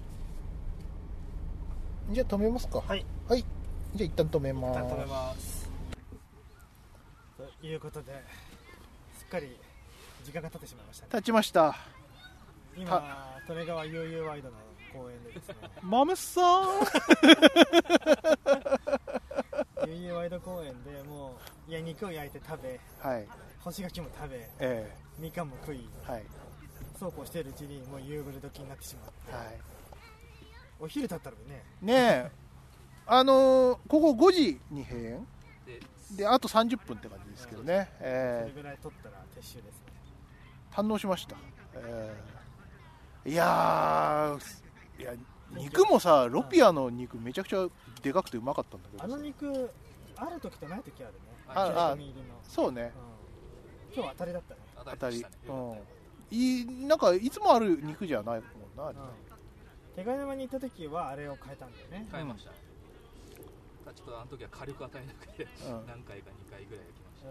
じゃあ止めますか。 はい、 はい、じゃあ一旦止めます。 一旦止めますということで、すっかり時間が経ってしまいましたね。 経ちました。 今利根川悠々ワイドの公園でですねマムさん悠々 ワイド公園でもういや肉を焼いて食べ、 はい、 干し柿も食べ、 ええ、 みかんも食い、 はい、 そうこうしているうちにもう夕暮れ時になってしまって、はい、お昼経ったらねねえあのー、ここごじに閉園であとさんじゅっぷんって感じですけどね、えー、それぐらい取ったら撤収ですね。 堪能しました、えー、いやーいや肉もさロピアの肉めちゃくちゃでかくてうまかったんだけど、 あの肉ある時とない時あるね。 ああそうね、 うん、今日は当たりだったね。 当たり、うん、いいなんかいつもある肉じゃないもんな、うん、 手賀山に行った時はあれを変えたんだよね。 変えました、うん、ちょっとあの時は火力与えなくて、うん、何回かにかいぐらい焼きました、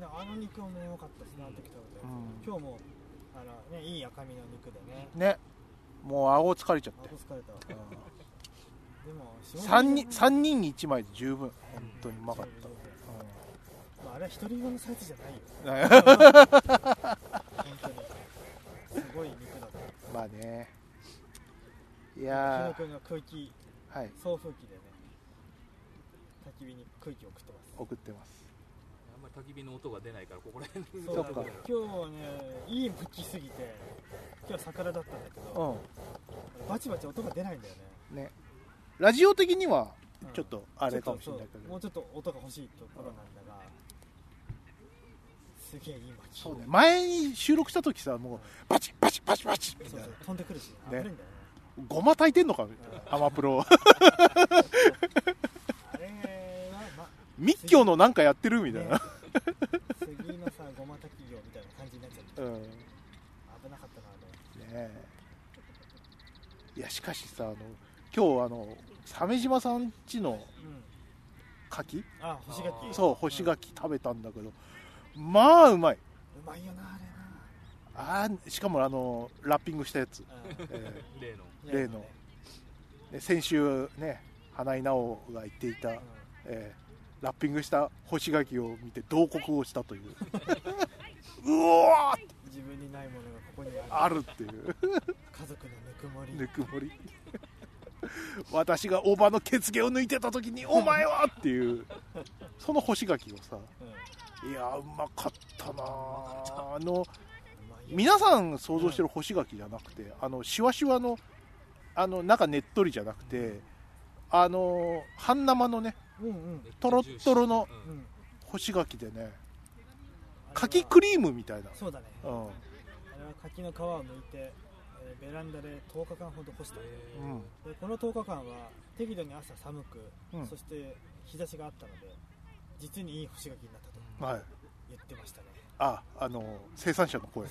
うん、 あの肉もうまかったですね、あの時食べて、うん、今日もあの、ね、いい赤身の肉でねね、もう顎疲れちゃって顎疲れた、うん、でもさん, 人さんにんにいちまいで十分、本当にうまかった、うんまあ、あれは一人用のサイズじゃないよ本当にすごい肉だった。 まあね、いやー、日野君が空気、はい、送風機でね焚き火に空気を送ってます。 送ってます。 あんまり焚き火の音が出ないからここら辺そうか。今日はねいい吹きすぎて今日は桜だったんだけど、うん、バチバチ音が出ないんだよね。 ね、ラジオ的にはちょっとあれかもしれないけど、 うん、もうちょっと音が欲しいところなんだが、すげえいい街。 そうね、前に収録した時さもうバチバチバチバチみたいな、 そうそう飛んでくるし、危ないんだよね。 ごま炊いてんのかみたいな、アマプロあれは、ま、密教のなんかやってるみたいな、ね、 次のさごま炊き業みたいな感じになっちゃって、うん、危なかったなあれ、ね、 いやしかしさ、あの今日あの鮫島さん家の柿、うん、 あ干し柿、 そう干し柿食べたんだけど、うん、まあうまい、 うまいよなあれな。 あしかもあのラッピングしたやつ、 えー、例の例の、ね、先週ね花井直が言っていた、うん、えー、ラッピングした干し柿を見て慟哭をしたといううおーって自分にないものがここにあるっていう家族のぬくもりぬくもり私が大葉の血毛を抜いてた時にお前はっていうその干し柿をさ、うん、いやうまかったなあの皆さん想像してる干し柿じゃなくて、あのシワシワのあの中ねっとりじゃなくて、あの半生のね、うんうん、トロットロの干し柿でね、柿クリームみたいな。 そうだね、うん、あれは柿の皮を剥いて、えー、ベランダでとおかかんほど干した、うん、でこのとおかかんは適度に朝寒く、うん、そして日差しがあったので実にいい干し柿になったと、はい、言ってましたね。 あ、あの生産者の声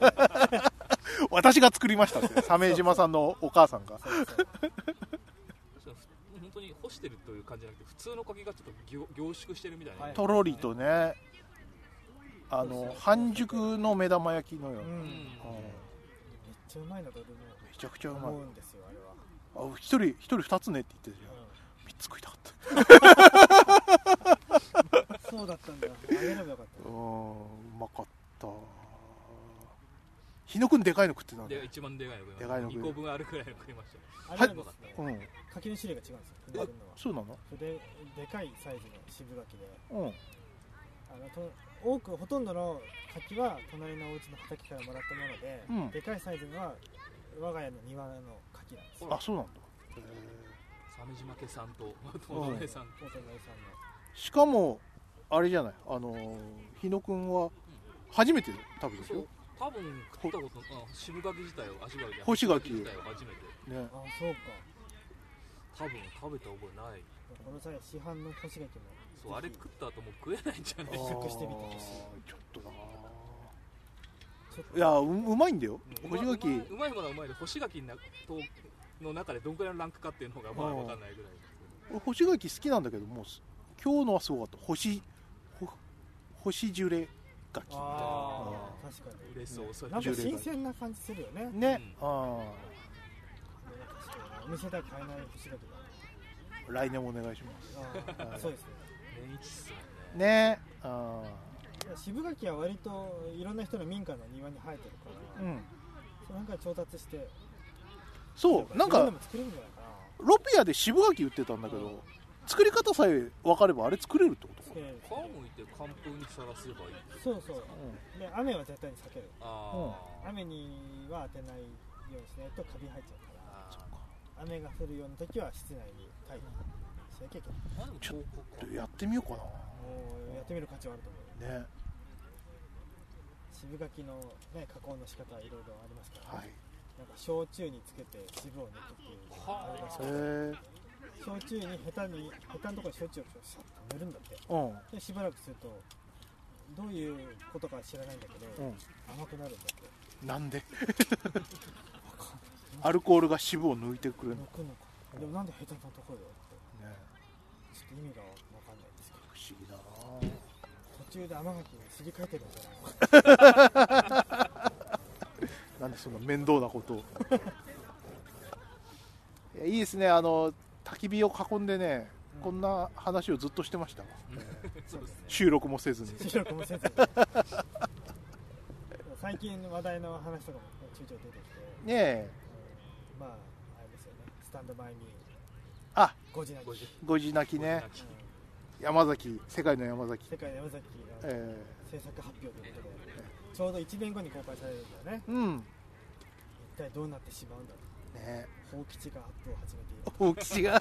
私が作りましたって鮫島さんのお母さんがそうそう本当に干してるという感じじゃなくて普通の柿がちょっと凝縮してるみたいな、はい、 とろりとね、あの半熟の目玉焼きのような、うんうん、めっちゃうまいなとめちゃくちゃうまい思うんですよあれは。 あ、一人一人二つねって言ってるじゃん、うん、みっつ食いたかったそうだったんだ、あげればよかった。 うん、うまかった。日野くんでかいの食ってたんだよ。 一番でかいの食いました。 でかいのにこぶんあるくらいの食いました。あれはですね、はい、うん、柿の種類が違うんですよ。 そうなの？ で、でかいサイズの渋柿で、うん、あのと多くほとんどの柿は隣のお家の畑からもらったもので、うん、でかいサイズのは我が家の庭の柿なんですよ。 あ、そうなんだ。 鮫島家さんとお隣さんと、うん、 しかもあれじゃない、あのー、日野くんは初めて食べるでしょ。 多分食ったことない、渋柿自体を足柿干し柿自体を初めて、 ね、あ、そうか、 多分食べた覚えない。 この際市販の干し柿もそう、あれ食った後もう食えないんじゃない。 試食してみてほしい。 ちょっとな、いや う, うまいんだよ、 うん、干し柿。うまいものはうまいで、干し柿の中でどんくらいのランクかっていうのがまあ分かんないぐらいですけど、 干し柿好きなんだけど、もう今日のはすごかった。干し干しジュレ柿みたいな。 あ、確かに嬉しそう。 なんか新鮮な感じするよね。 ね、うん、ああ、 確かにお店では買えない干し柿だ。 来年もお願いします。 あ、そうですね。 年一っすよね。ね、ああ。渋柿は割といろんな人の民家の庭に生えてるから、うん、その辺から調達して。 そう、なんかロピアで渋柿売ってたんだけど、 作り方さえ分かればあれ作れるってことか。 皮むいて寒風にさらせばいい。 そうそう、うん、で雨は絶対に避ける。 あ、 うん、雨には当てないようにしないとカビ入っちゃうから、雨が降るような時は室内に待避しなきゃいけない。 ちょっとやってみようかな。もうやってみる価値はあると思うね。 渋柿の、ね、加工の仕方いろいろありますから、ね、はい、なんか焼酎につけて渋を抜くっていうのがありますから、焼酎にヘタにヘタのところに焼酎をシャッと塗るんだって、うん、でしばらくするとどういうことか知らないんだけど、うん、甘くなるんだって。なんでアルコールが渋を抜いてくれるのか。抜くのか、うん、でもなんでヘタのところだって、ね、ちょっと意味が分かんないですけど。不思議だな。途中で甘柿にすり替えてるんじゃないのなんでそんな面倒なことをいや、いいですね。あの焚き火を囲んでね、うん、こんな話をずっとしてましたわ、うんそうですね、収録もせずに収録もせずに最近話題の話とかもちょいちょい出てきてねえ、 うん、まああれですよね、スタンドバイミー、 あ、 ゴジ泣きゴジ泣きね、うん、山崎、世界の山崎、 世界の山崎が、えー、制作発表ということで、えー、ちょうどいちねんごに公開されるんだよね、うん、一体どうなってしまうんだろうね。宝吉がアップを始めている。 宝吉が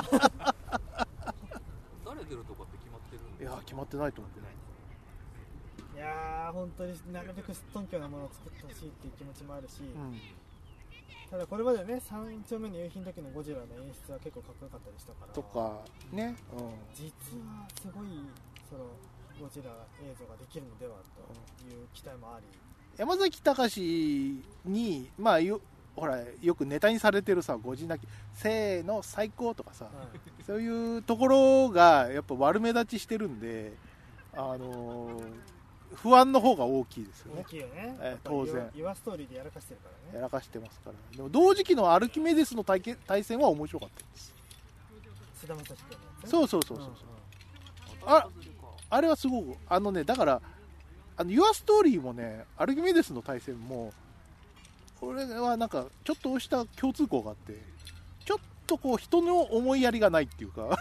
誰出るとかって決まってるんで。いや決まってないと思ってない。 いやー本当になるべくすっとんきょうなものを作ってほしいっていう気持ちもあるし、うん、ただこれまでねさん丁目の夕日の時のゴジラの演出は結構かっこよかったりしたからとかね、うん、 実はすごいそのゴジラ映像ができるのではという期待もあり、 山崎隆にまあよほらよくネタにされてるさ、ゴジ泣きせーの最高とかさ、はい、そういうところがやっぱ悪目立ちしてるんで、あのー、不安の方が大きいですよね。 大きいよね、 えー、当然ユアストーリーでやらかしてるからね。 やらかしてますから。でも同時期のアルキメデスの対対戦は面白かったです。 菅田将暉のやつ。 そうそうそうそう、うんうん、あ, あれはすごくあのね、だからあのユアストーリーもね、アルキメデスの対戦もこれはなんかちょっとした共通項があって、ちょっとこう人の思いやりがないっていうか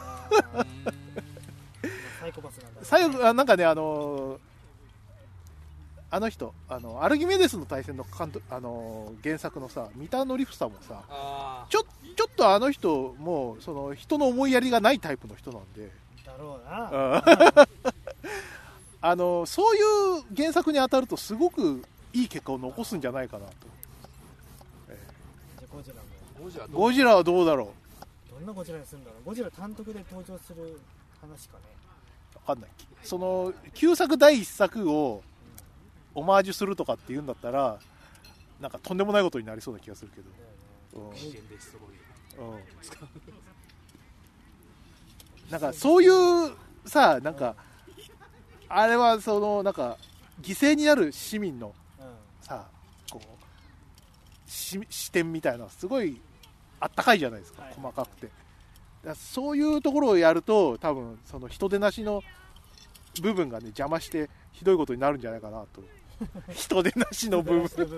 サイコパスなんだ、ね、 最後あなんかね、あのー、あの人あのアルキメデスの対戦の監督、あのー、原作のさ三田紀房もさ、ちょちょっとあの人もその人の思いやりがないタイプの人なんでだろうなあのー、そういう原作に当たるとすごくいい結果を残すんじゃないかなと。 ゴジラもゴジラゴジラはどうだろう。どんなゴジラにするんだろう。ゴジラ単独で登場する話かね。 分かんない。その旧作だいいっさくをオマージュするとかっていうんだったらなんかとんでもないことになりそうな気がするけど、うんうん、なんかそういうさ、なんかあれはそのなんか犠牲になる市民のさ、こう視点みたいなすごいあったかいじゃないですか、はい、細かくて。だそういうところをやると多分その人手なしの部分がね邪魔してひどいことになるんじゃないかなと人手なしの部分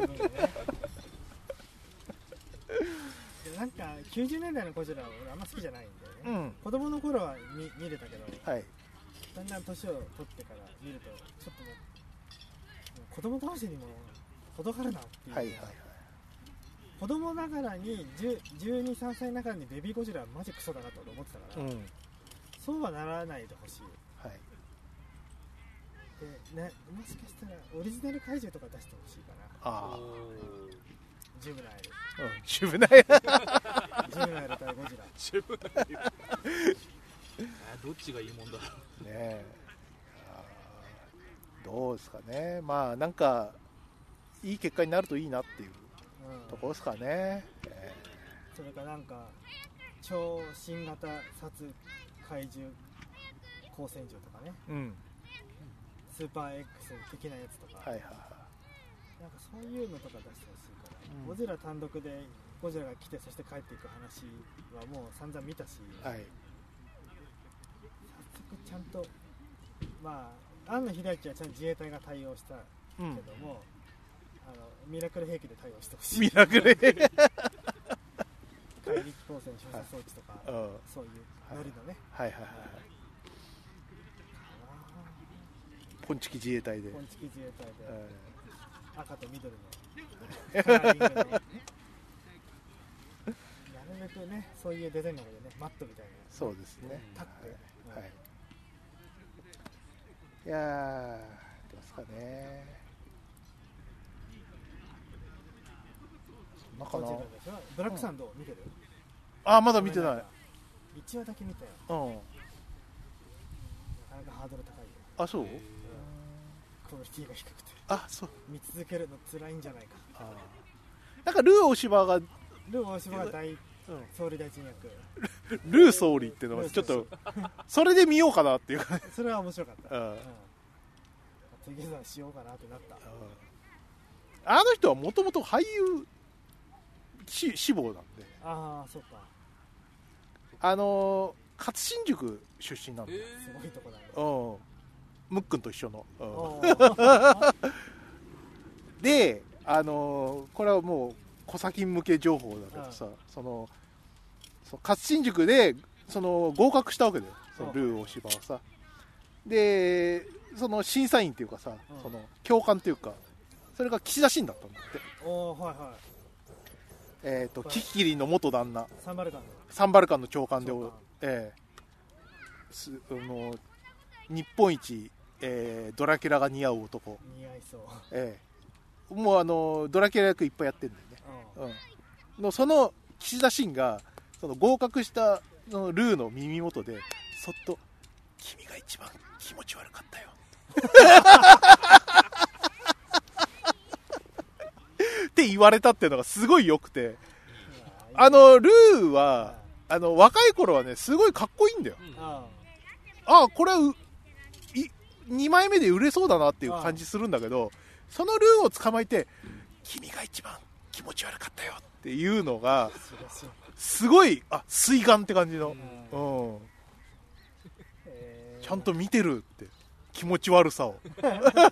なんかきゅうじゅうねんだいのゴジラは俺あんま好きじゃないんだよね、うん、子供の頃は 見, 見れたけど、はい、だんだん年を取ってから見るとちょっともう, もう子供倒しにも程があるなっていう、はいはいはい、子供ながらにじゅうに、さんさいながらにベビーゴジラはマジクソだなと思ってたから、うん、そうはならないでほしい、はい、でね、もしかしたらオリジナル怪獣とか出してほしいかな。あジュブナイル、 うん、ジュブナイルジュブナイル対ゴジラジュブナイルどっちがいいもんだろうねえ。 どうですかね。まあなんかいい結果になるといいなっていうところですかね、うん、えー、それからなんか超新型殺怪獣光線銃とかね、うん、スーパー X 的なやつとか、はいはいはい、なんかそういうのとか出してほしいから、うん、ゴジラ単独でゴジラが来てそして帰っていく話はもう散々見たし、はい、早速ちゃんとまあ庵野秀明はちゃんと自衛隊が対応したけども、うん、あのミラクル兵器で対応してほしい。 ミラクル兵器怪力航光線照射装置とか、 はい、うん、 そういうノリのね、 はいはいはいはい、ポンチキ自衛隊でポンチキ自衛隊で、うん、赤と緑のカラーリングのなるべくね、そういうデザインの方でね、マットみたいな、 そうですね、 タック、 はい、はい、いやー、どうですかね、そんなかな。 ブラックサンド見てる？ あ、まだ見てない。 いちわだけ見たよ。 うん。 なかなかハードル高いよ。 あ、そう？うん、 クオリティが低くて。 あ、そう。 見続けるの辛いんじゃないか。 あ、なんかルー大柴が、 ルー大柴が大、うん、総理大臣役。 ルー総理っていうのはちょっとそれで見ようかなっていうか、 それは面白かった。うん。 うん、 手下しようかなってなった。 あの人はもともと俳優し志望なんで。 ああ、そうか。 あのー、勝新宿出身なんで、えー、 すごいとこだね。 うん、ムックンと一緒の、うん、で、あのー、これはもう小先向け情報だけどさ、そのそ勝新宿でその合格したわけだよ、そのルー大柴はさ。でその審査員っていうかさ、その教官っていうか、それが岸田新だったんだって。 おー、はいはい。 えーと、キキキリンの元旦那、 サンバルカンのサンバルカンの長官で、えー、すあの日本一、えー、ドラキュラが似合う男、 似合いそう、 えー、もうあのドラキュラ役いっぱいやってるんだよね、うん、のその岸田新がその合格したそのルーの耳元でそっと君が一番気持ち悪かったよって言われたっていうのがすごい良くて、あのルーはあの若い頃はねすごいかっこいいんだよ、うん、ああこれはいにまいめで売れそうだなっていう感じするんだけど、そのルーを捕まえて君が一番気持ち悪かったよっていうのがすごい、あ、水眼って感じの、うん、ちゃんと見てるって気持ち悪さをす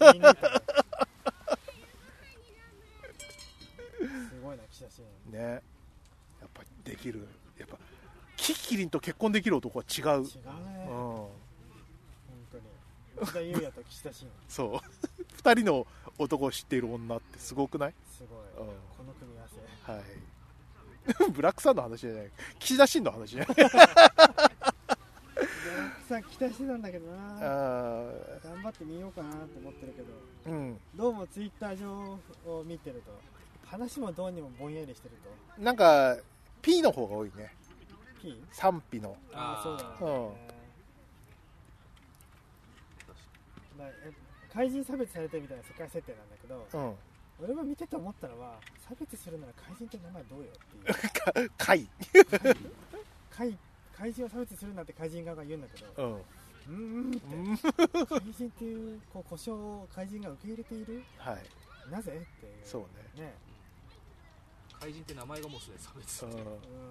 ごいな、岸田新ね、やっぱできる、やっぱキキリンと結婚できる男は違う。違うね、うん、 本当に内田裕也と岸田新そうふたりの男を知っている女ってすごくない？ すごい、うん、この組み合わせ、 はいブラックさんの話じゃない、岸田新の話じゃないブラックさん期待してたんだけどな、あ、頑張ってみようかなと思ってるけど、うん、どうもツイッター上を見てると話もどうにもぼんやりしてると、 なんか P の方が多いね。 P？ 賛否の。 ああ、そうだね、うん、まあ、怪人差別されてるみたいな世界設定なんだけど、うん、俺が見てて思ったのは、差別するなら怪人って名前どうよっていう怪怪怪人を差別するなって怪人側が言うんだけど、うん、うーんって怪人っていう、こう故障を怪人が受け入れている、はい、なぜっていう、 そうね、ね、 怪人って名前がもうすでに差別、うん、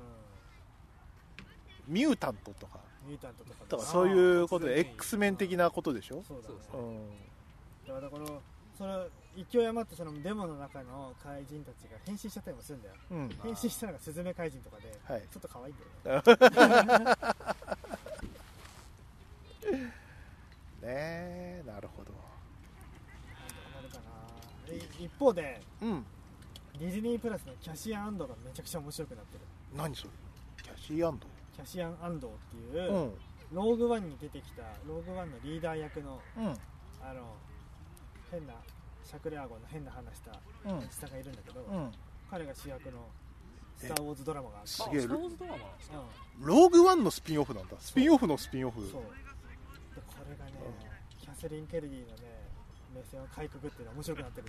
ミュータントとかミュータントとかとかそういうことで X メン的なことでしょ。 そうだね、うん、だからこのその勢い余ってそのデモの中の怪人たちが変身しちゃったりもするんだよ、うん、変身したのがスズメ怪人とかで、はい、ちょっと可愛いんだよねねえ、なるほど。 なるかな。一方で、うん、ディズニープラスのキャシー&アンドがめちゃくちゃ面白くなってる。 何それ？キャシー&アンド？ キャシー&アンドっていう、うん、ローグワンに出てきたローグワンのリーダー役の、うん、あの変なシャクレアゴの変な話したおじさんがいるんだけど、うん、彼が主役のスター・ウォーズドラマがあって、 すげえ、 スター・ウォーズドラマなんですか、 うん、ローグワンのスピンオフなんだ。スピンオフのスピンオフ。そうで、これがね、うん、キャサリン・ケネディのね目線をかいくぐって面白くなってる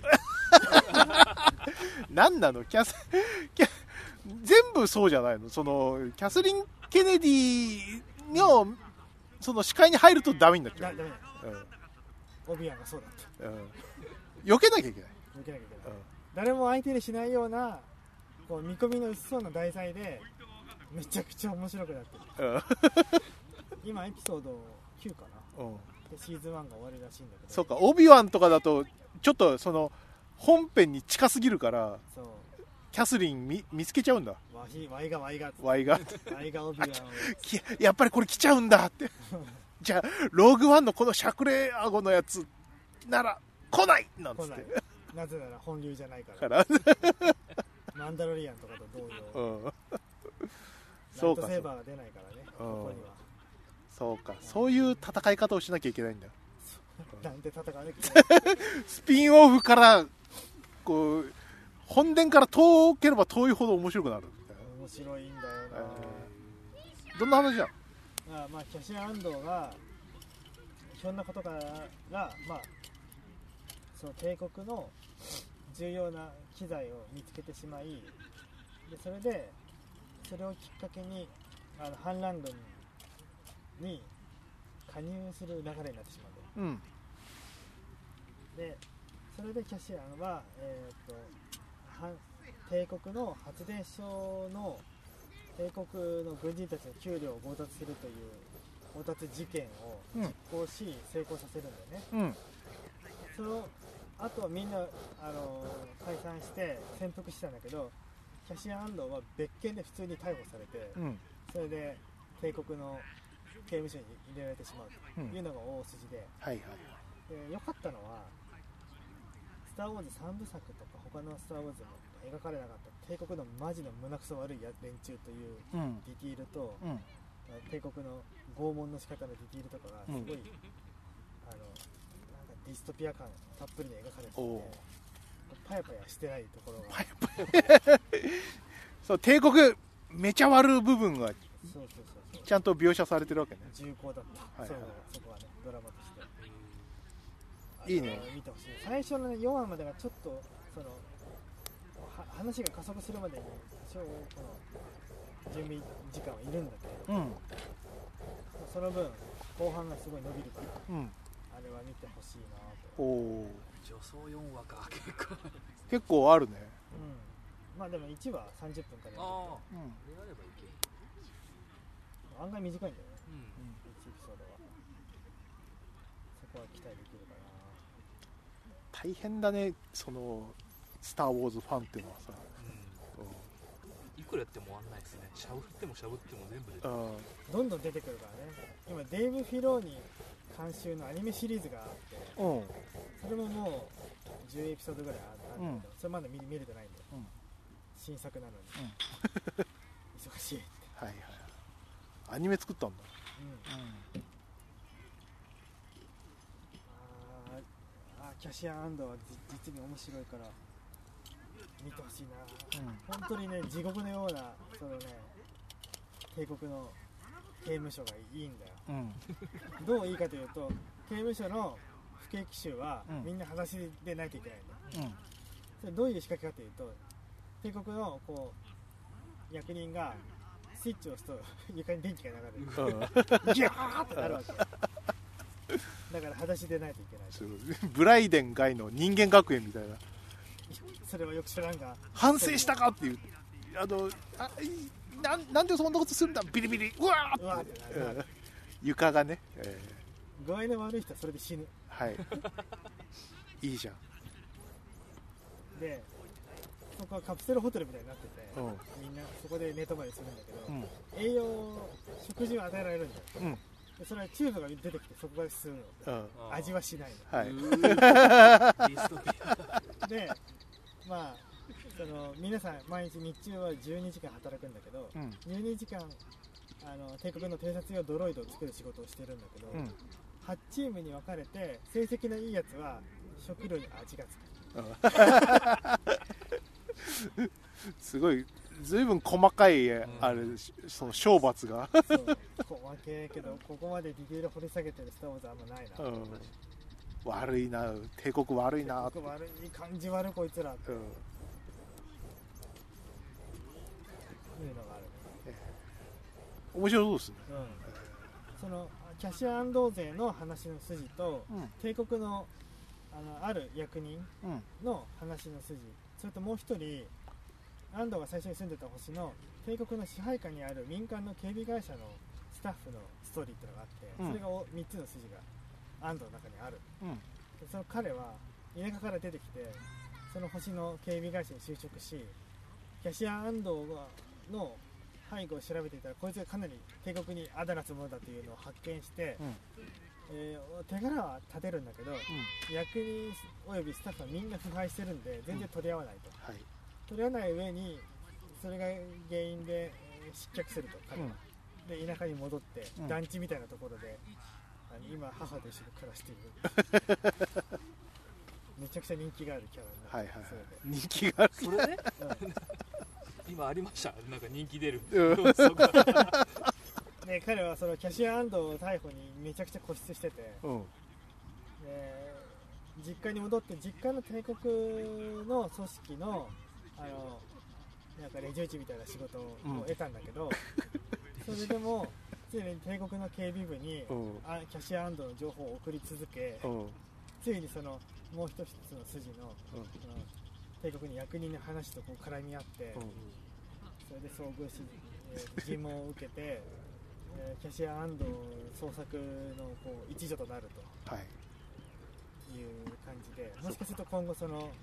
何なのキャスキャ全部そうじゃないの。そのキャサリン・ケネディのその視界に入るとダメになっちゃう。ダメだ、 うん、オビアンがそうだった、うん、 避けなきゃいけない。 避けなきゃいけない、うん、誰も相手にしないようなこう見込みの薄そうな題材でめちゃくちゃ面白くなってる、うん、今エピソードきゅうかな、うん、でシーズンワンが終わりらしいんだけど、 そうか、オビワンとかだとちょっとその本編に近すぎるから、そうキャスリン 見, 見つけちゃうんだ。 ワイワイがワイがワイがワイがオビワンをやっぱりこれ来ちゃうんだってじゃあローグワンのこのしゃくれ顎のやつなら来ないなんつって、 なぜなら本流じゃないかかららマンダロリアンとかと同様、うん、 そうかライトセーバーが出ないからね、うん、ここには。 そうか、そういう戦い方をしなきゃいけないんだなんで戦わなきゃいけないスピンオフからこう本殿から遠ければ遠いほど面白くなる。 面白いんだよな、 えー、どんな話だ。 あまあキャシア安藤がひょんなことからまあその帝国の重要な機材を見つけてしまい、でそれでそれをきっかけにあの反乱軍に加入する流れになってしまうんだよ、うん、でそれでキャシアンは、えー、と帝国の発電所の帝国の軍人たちの給料を強奪するという強奪事件を実行し、うん、成功させるんだよね、うん、そのあとはみんなあの解散して潜伏してたんだけど、キャシアン安藤は別件で普通に逮捕されて、うん、それで帝国の刑務所に入れられてしまうというのが大筋で、うんはいはい、でよかったのはスター・ウォーズさんぶさくとか他のスター・ウォーズも描かれなかった帝国のマジの胸くそ悪い連中というディティールと、うん、帝国の拷問の仕方のディティールとかがすごい、うん、あのなんかディストピア感たっぷりで描かれていて、パヤパヤしてないところがパヤパヤそう帝国めちゃ悪い部分がそうそうそうそうちゃんと描写されてるわけね。 重厚だった、はいはい、そうそこはねドラマとしていいね。 見てほしい。最初の、ね、よんわまでがちょっとその話が加速するまでに多少この準備時間はいるんだけど、うん、その分後半がすごい伸びるから、うん、あれは見てほしいなと。 お女装よんわか結構結構あるね、 うん、まあでもいちわさんじゅっぷんからああ、うん、これあればいける。 案外短いんだよね、うんうん、いちエピソードは。そこは期待できるかな。 大変だねそのスター・ウォーズファンっていうのはさ、 うんうん、いくらやっても終わんないですね。しゃぶってもしゃぶっても全部出てくる。 どんどん出てくるからね。今デイブ・フィローニ監修のアニメシリーズがあって、うん、それももうじゅうエピソードぐらいあるんだけど、うん、それまだ 見, 見れてないんで、うん、新作なのに、うん、忙しいってはいはいアニメ作ったんだ、うんうん、 ああキャシアン・アンドは実に面白いから見てほしいな、うん、本当にね地獄のようなそのね帝国の刑務所がいいんだよ、うん、どういいかというと刑務所の不景気囚はみんな裸足でないといけないんだ、うん、それどういう仕掛けかというと帝国のこう役人がスイッチを押すと床に電気が流れる、うん、ギャーってなるわけだから裸足でないといけないブライデン街の人間学園みたいなそれはよく知らんが反省したかっていうあのあな, なんでそんなことするんだビリビリうわーって、うわーってなる、うん、床がね、えー、具合の悪い人はそれで死ぬはいいいじゃんでそこはカプセルホテルみたいになってて、うん、みんなそこで寝泊まりするんだけど、うん、栄養食事を与えられるんだよ、うん、でそれはチューブが出てきてそこから吸うの、うん、味はしないの、はい、でまあその皆さん毎日日中はじゅうにじかん働くんだけど、うん、じゅうにじかんあの帝国の偵察用ドロイドを作る仕事をしてるんだけど、うん、はちチームに分かれて成績のいいやつは食料に味がつくすごいずいぶん細かい、うん、あれその賞罰がそう細けえけどここまでディテール掘り下げてるスター・ウォーズあんまないな、うん、 悪いな帝国悪いな帝国悪い感じ悪いこいつらって、うんいうのがある、 えー、面白そうですね、 うん、そのキャシア安藤勢の話の筋と、うん、帝国の あのある役人の話の筋、うん、それともう一人安藤が最初に住んでた星の帝国の支配下にある民間の警備会社のスタッフのストーリーっていうのがあって、うん、それがみっつの筋が安藤の中にある、うん、でその彼は田舎から出てきてその星の警備会社に就職しキャシア安藤の背後を調べていたらこいつがかなり帝国にあだなつものだというのを発見して、うんえー、手柄は立てるんだけど、うん、役人およびスタッフはみんな腐敗してるんで全然取り合わないと、うんはい、取り合わない上にそれが原因で、えー、失脚すると彼は、うん、で田舎に戻って、うん、団地みたいなところであの今母と一緒に暮らしているめちゃくちゃ人気があるキャラになって、はいはいはい、 人気があるそれね、うん、今ありましたなんか人気出る、 うん、 で彼はそのキャシア安藤を逮捕にめちゃくちゃ固執してて、うん、で実家に戻って実家の帝国の組織のあのなんかレジ打ちみたいな仕事を得たんだけど、うん、それでもついに帝国の警備部に、うん、あキャシア安藤の情報を送り続け、うん、ついにそのもう一つの筋の、うん、帝国に役人の話とこう絡み合って、うん、それで遭遇し、えー、尋問を受けて、えー、キャシア安藤捜索のこう一助となると、はい、いう感じで、もしかすると今後その青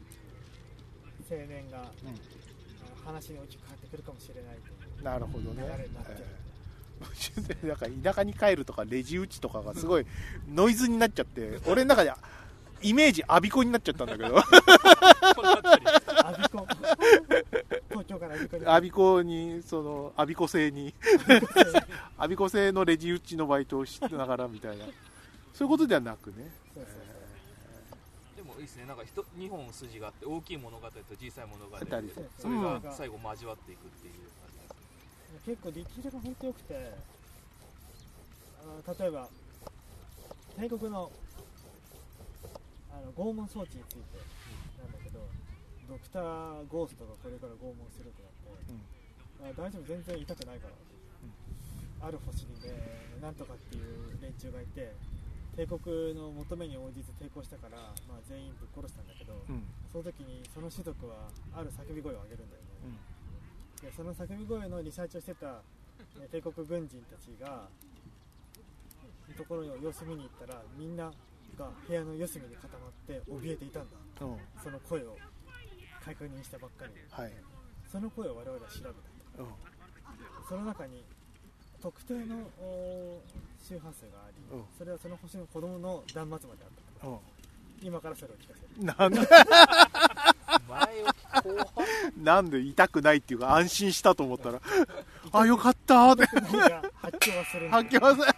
年が、うん、話に大きく変わってくるかもしれないというなるほどね流れになっちゃう。 えー、なんか田舎に帰るとかレジ打ちとかがすごいノイズになっちゃって俺の中でイメージアビコになっちゃったんだけどアビコ東京からアビコにアビコにそのアビコ製にアビコ製のレジ打ちのバイトをしながらみたいなそういうことではなくね。そうそうそう、 えー、でもいいですね。なんかにほん筋があって大きい物語と小さい物語でそれが最後交わっていくっていう感じです、 うん、結構ディティールが本当良くてあの例えば帝国のあの拷問装置についてなんだけど、うん、ドクターゴーストがこれから拷問するってなって、うん、あ大丈夫全然痛くないから、うん、ある星にねなんとかっていう連中がいて帝国の求めに応じて抵抗したから、まあ、全員ぶっ殺したんだけど、うん、その時にその種族はある叫び声を上げるんだよね、うん、でその叫び声のリサーチをしてた帝国軍人たちがところを様子見に行ったらみんなが部屋の四隅に固まって怯えていたんだ、うん、その声を確認したばっかりに、はい、その声を我々は調べたと、うん、その中に特定の周波数があり、うん、それはその星の子供の断末まであった、うん、今からそれを聞かせる。 なんで前置き怖なんで痛くないっていうか安心したと思ったらあよかったって痛くないが発狂はするんだ発狂はする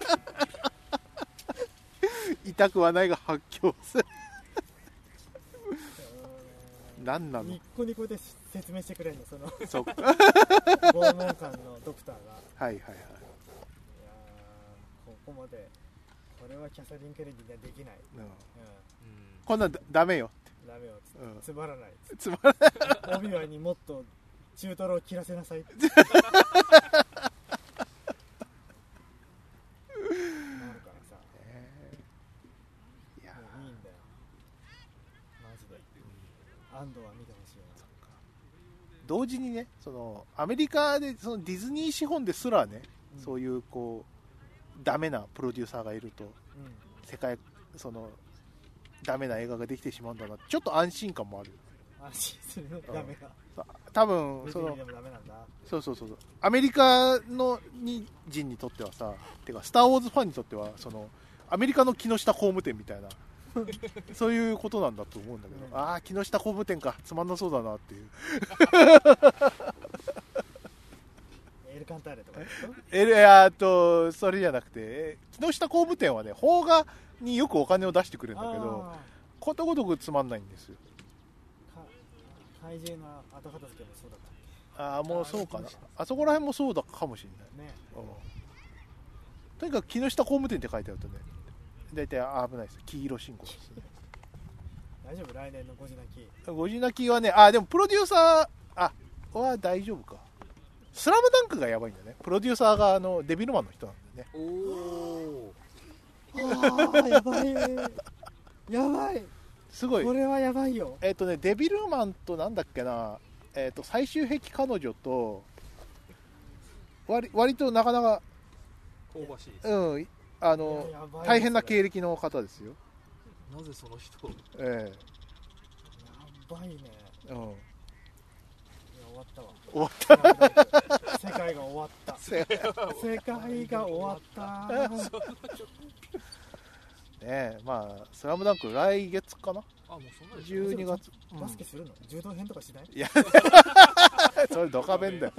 痛くはないが発狂する何なのニッコニコで説明してくれるのそのそっか拷問官のドクターがはいはいはい、いやここまでこれはキャサリン・ケネディにはできない、うんうん、 こんなんダメよダメよつ、うん、つまらないつまらないオビワンにもっと中トロを切らせなさいって安藤は見てほしいな。 同時にねそのアメリカでそのディズニー資本ですらね、うん、そういうこうダメなプロデューサーがいると、うん、世界そのダメな映画ができてしまうんだなちょっと安心感もある。 安心するダメが多分そのそうそうそうアメリカの人にとってはさてかスター・ウォーズファンにとってはそのアメリカの木下工務店みたいなそういうことなんだと思うんだけど、うん、ああ木下工務店かつまんなそうだなっていうエルカンターレとかエルあとそれじゃなくて木下工務店はね邦画によくお金を出してくれるんだけどことごとくつまんないんですよ。 怪獣の後片付けもそうだった。 ああもうそうかな あ, あそこら辺もそうだかもしれないね、うん、とにかく木下工務店って書いてあるとね大体危ないです。黄色信号ですね大丈夫来年のゴジ泣きゴジ泣きはねあでもプロデューサーあは大丈夫か。スラムダンクがやばいんだね。プロデューサーがあのデビルマンの人なんだよね。 おおあやばいやばいすごいこれはやばいよ。 えっ、ー、とねデビルマンとなんだっけなえっ、ー、と最終兵器彼女と割割となかなか香ばしいうんあの大変な経歴の方ですよ。 なぜその人ええー、やばいね。 うんいやったわ。 終わった世界が終わった世界世界が終わったねえ、まあスラムダンク来月かな。 あ、もうそんなですじゅうにがつ、 バスケするの、柔道編とかしない？ いやそれドカベンだよ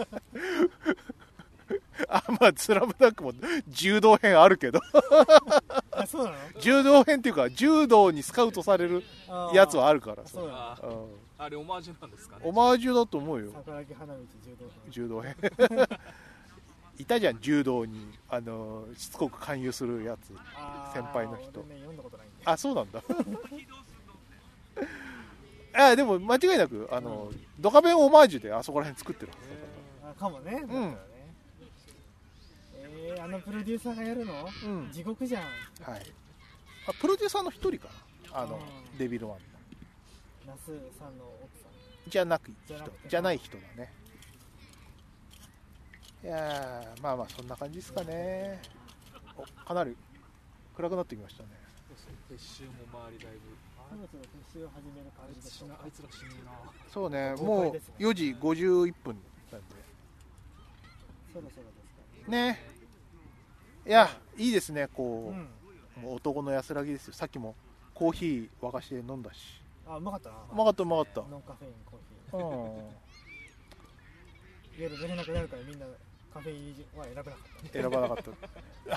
あ、まあスラムダンクも柔道編あるけどあ、そうなの？ 柔道編っていうか柔道にスカウトされるやつはあるからさ。 そうなの？ うん、 あれオマージュなんですかね。 オマージュだと思うよ。 桜木花道柔道編いたじゃん、柔道にあのしつこく勧誘するやつ、先輩の人。 俺ね、読んだことないんで。 あ、そうなんだあ、でも間違いなくあの、うん、ドカベンオマージュであそこら辺作ってるはずだから。あ、かもね。だからね、うん、えー、あのプロデューサーがやるの、うん、地獄じゃん。はい。あ、プロデューサーの一人かな、あの、うん、デビルマンの那須さんの奥さんじゃなく人じゃない人だね。いやー、まあまあそんな感じですかね。お、かなり暗くなってきましたね。 撤収も周りだいぶ。 そろそろ撤収を始める感じでしょうか。 あいつら死ぬな。 そうね、もうよじごじゅういっぷんなんで。 そろそろですかね。 ね。いや、いいですね、こう、うん、もう男の安らぎですよ。さっきもコーヒー沸かして飲んだし。 あ、うまかったな。 うまかったうまかった。 ノンカフェインコーヒー。うん。夜寝れなくなるからみんなカフェインは選べなかった。 選ばなかった。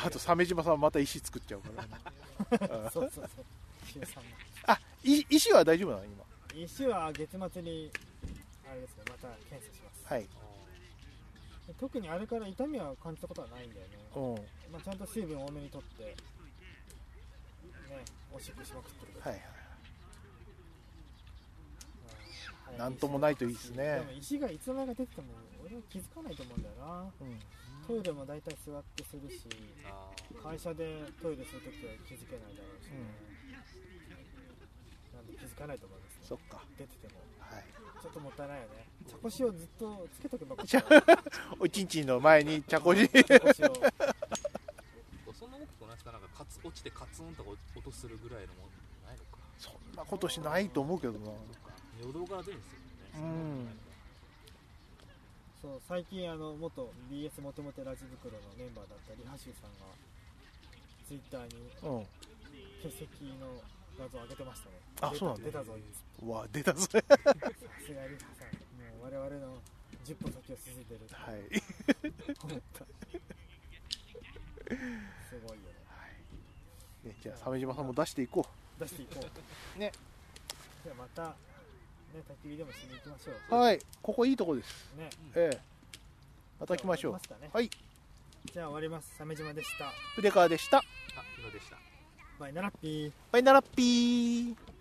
あと鮫島さんはまた石作っちゃうからね。 そうそうそう。 あ、石は大丈夫なの今？ 石は月末にあれですね、また検査します。はい。特にあれから痛みは感じたことはないんだよね。うん。まあちゃんと水分多めにとってね、おしっこしまくってるけど。はいはい。 なんともないといいですね。 でも石がいつの間にか出てても俺は気づかないと思うんだよな。うん。トイレも大体座ってするし、会社でトイレするときは気づけないだろうし、ね、うん、なんで気づかないと思いますね。 そっか。 出てても、はい、ちょっともったいないよね。茶こしをずっとつけとけばおちんちんの前に茶こし。 茶こしをそんな大きくないですか？なんかカツ落ちてカツンとか音するぐらいのものないのか。 そんなことしないと思うけどな。 尿道から出るんですよね。うん。 そう最近あの元 ビーエス モテモテラジ袋のメンバーだったリハシュさんがツイッターに欠席の画像を上げてましたね。 あ、そうなんだ。 出たぞ。 うわ、出たぞ。さすがリハさん、もう我々のじゅっぽ先を進んでる。はい。本当。すごいよね。はい。 ね、じゃあ鮫島さんも出していこう。出していこう。ね。じゃあまた。ね、焚き火でもしに行きましょう。 はい、ここいいとこです。ね、ええ、また来ましょう。ね、はい。 じゃあ終わります。鮫島でした。 筆川でした。あ、 日野でした。 バイナラッピー。 バイナラッピー。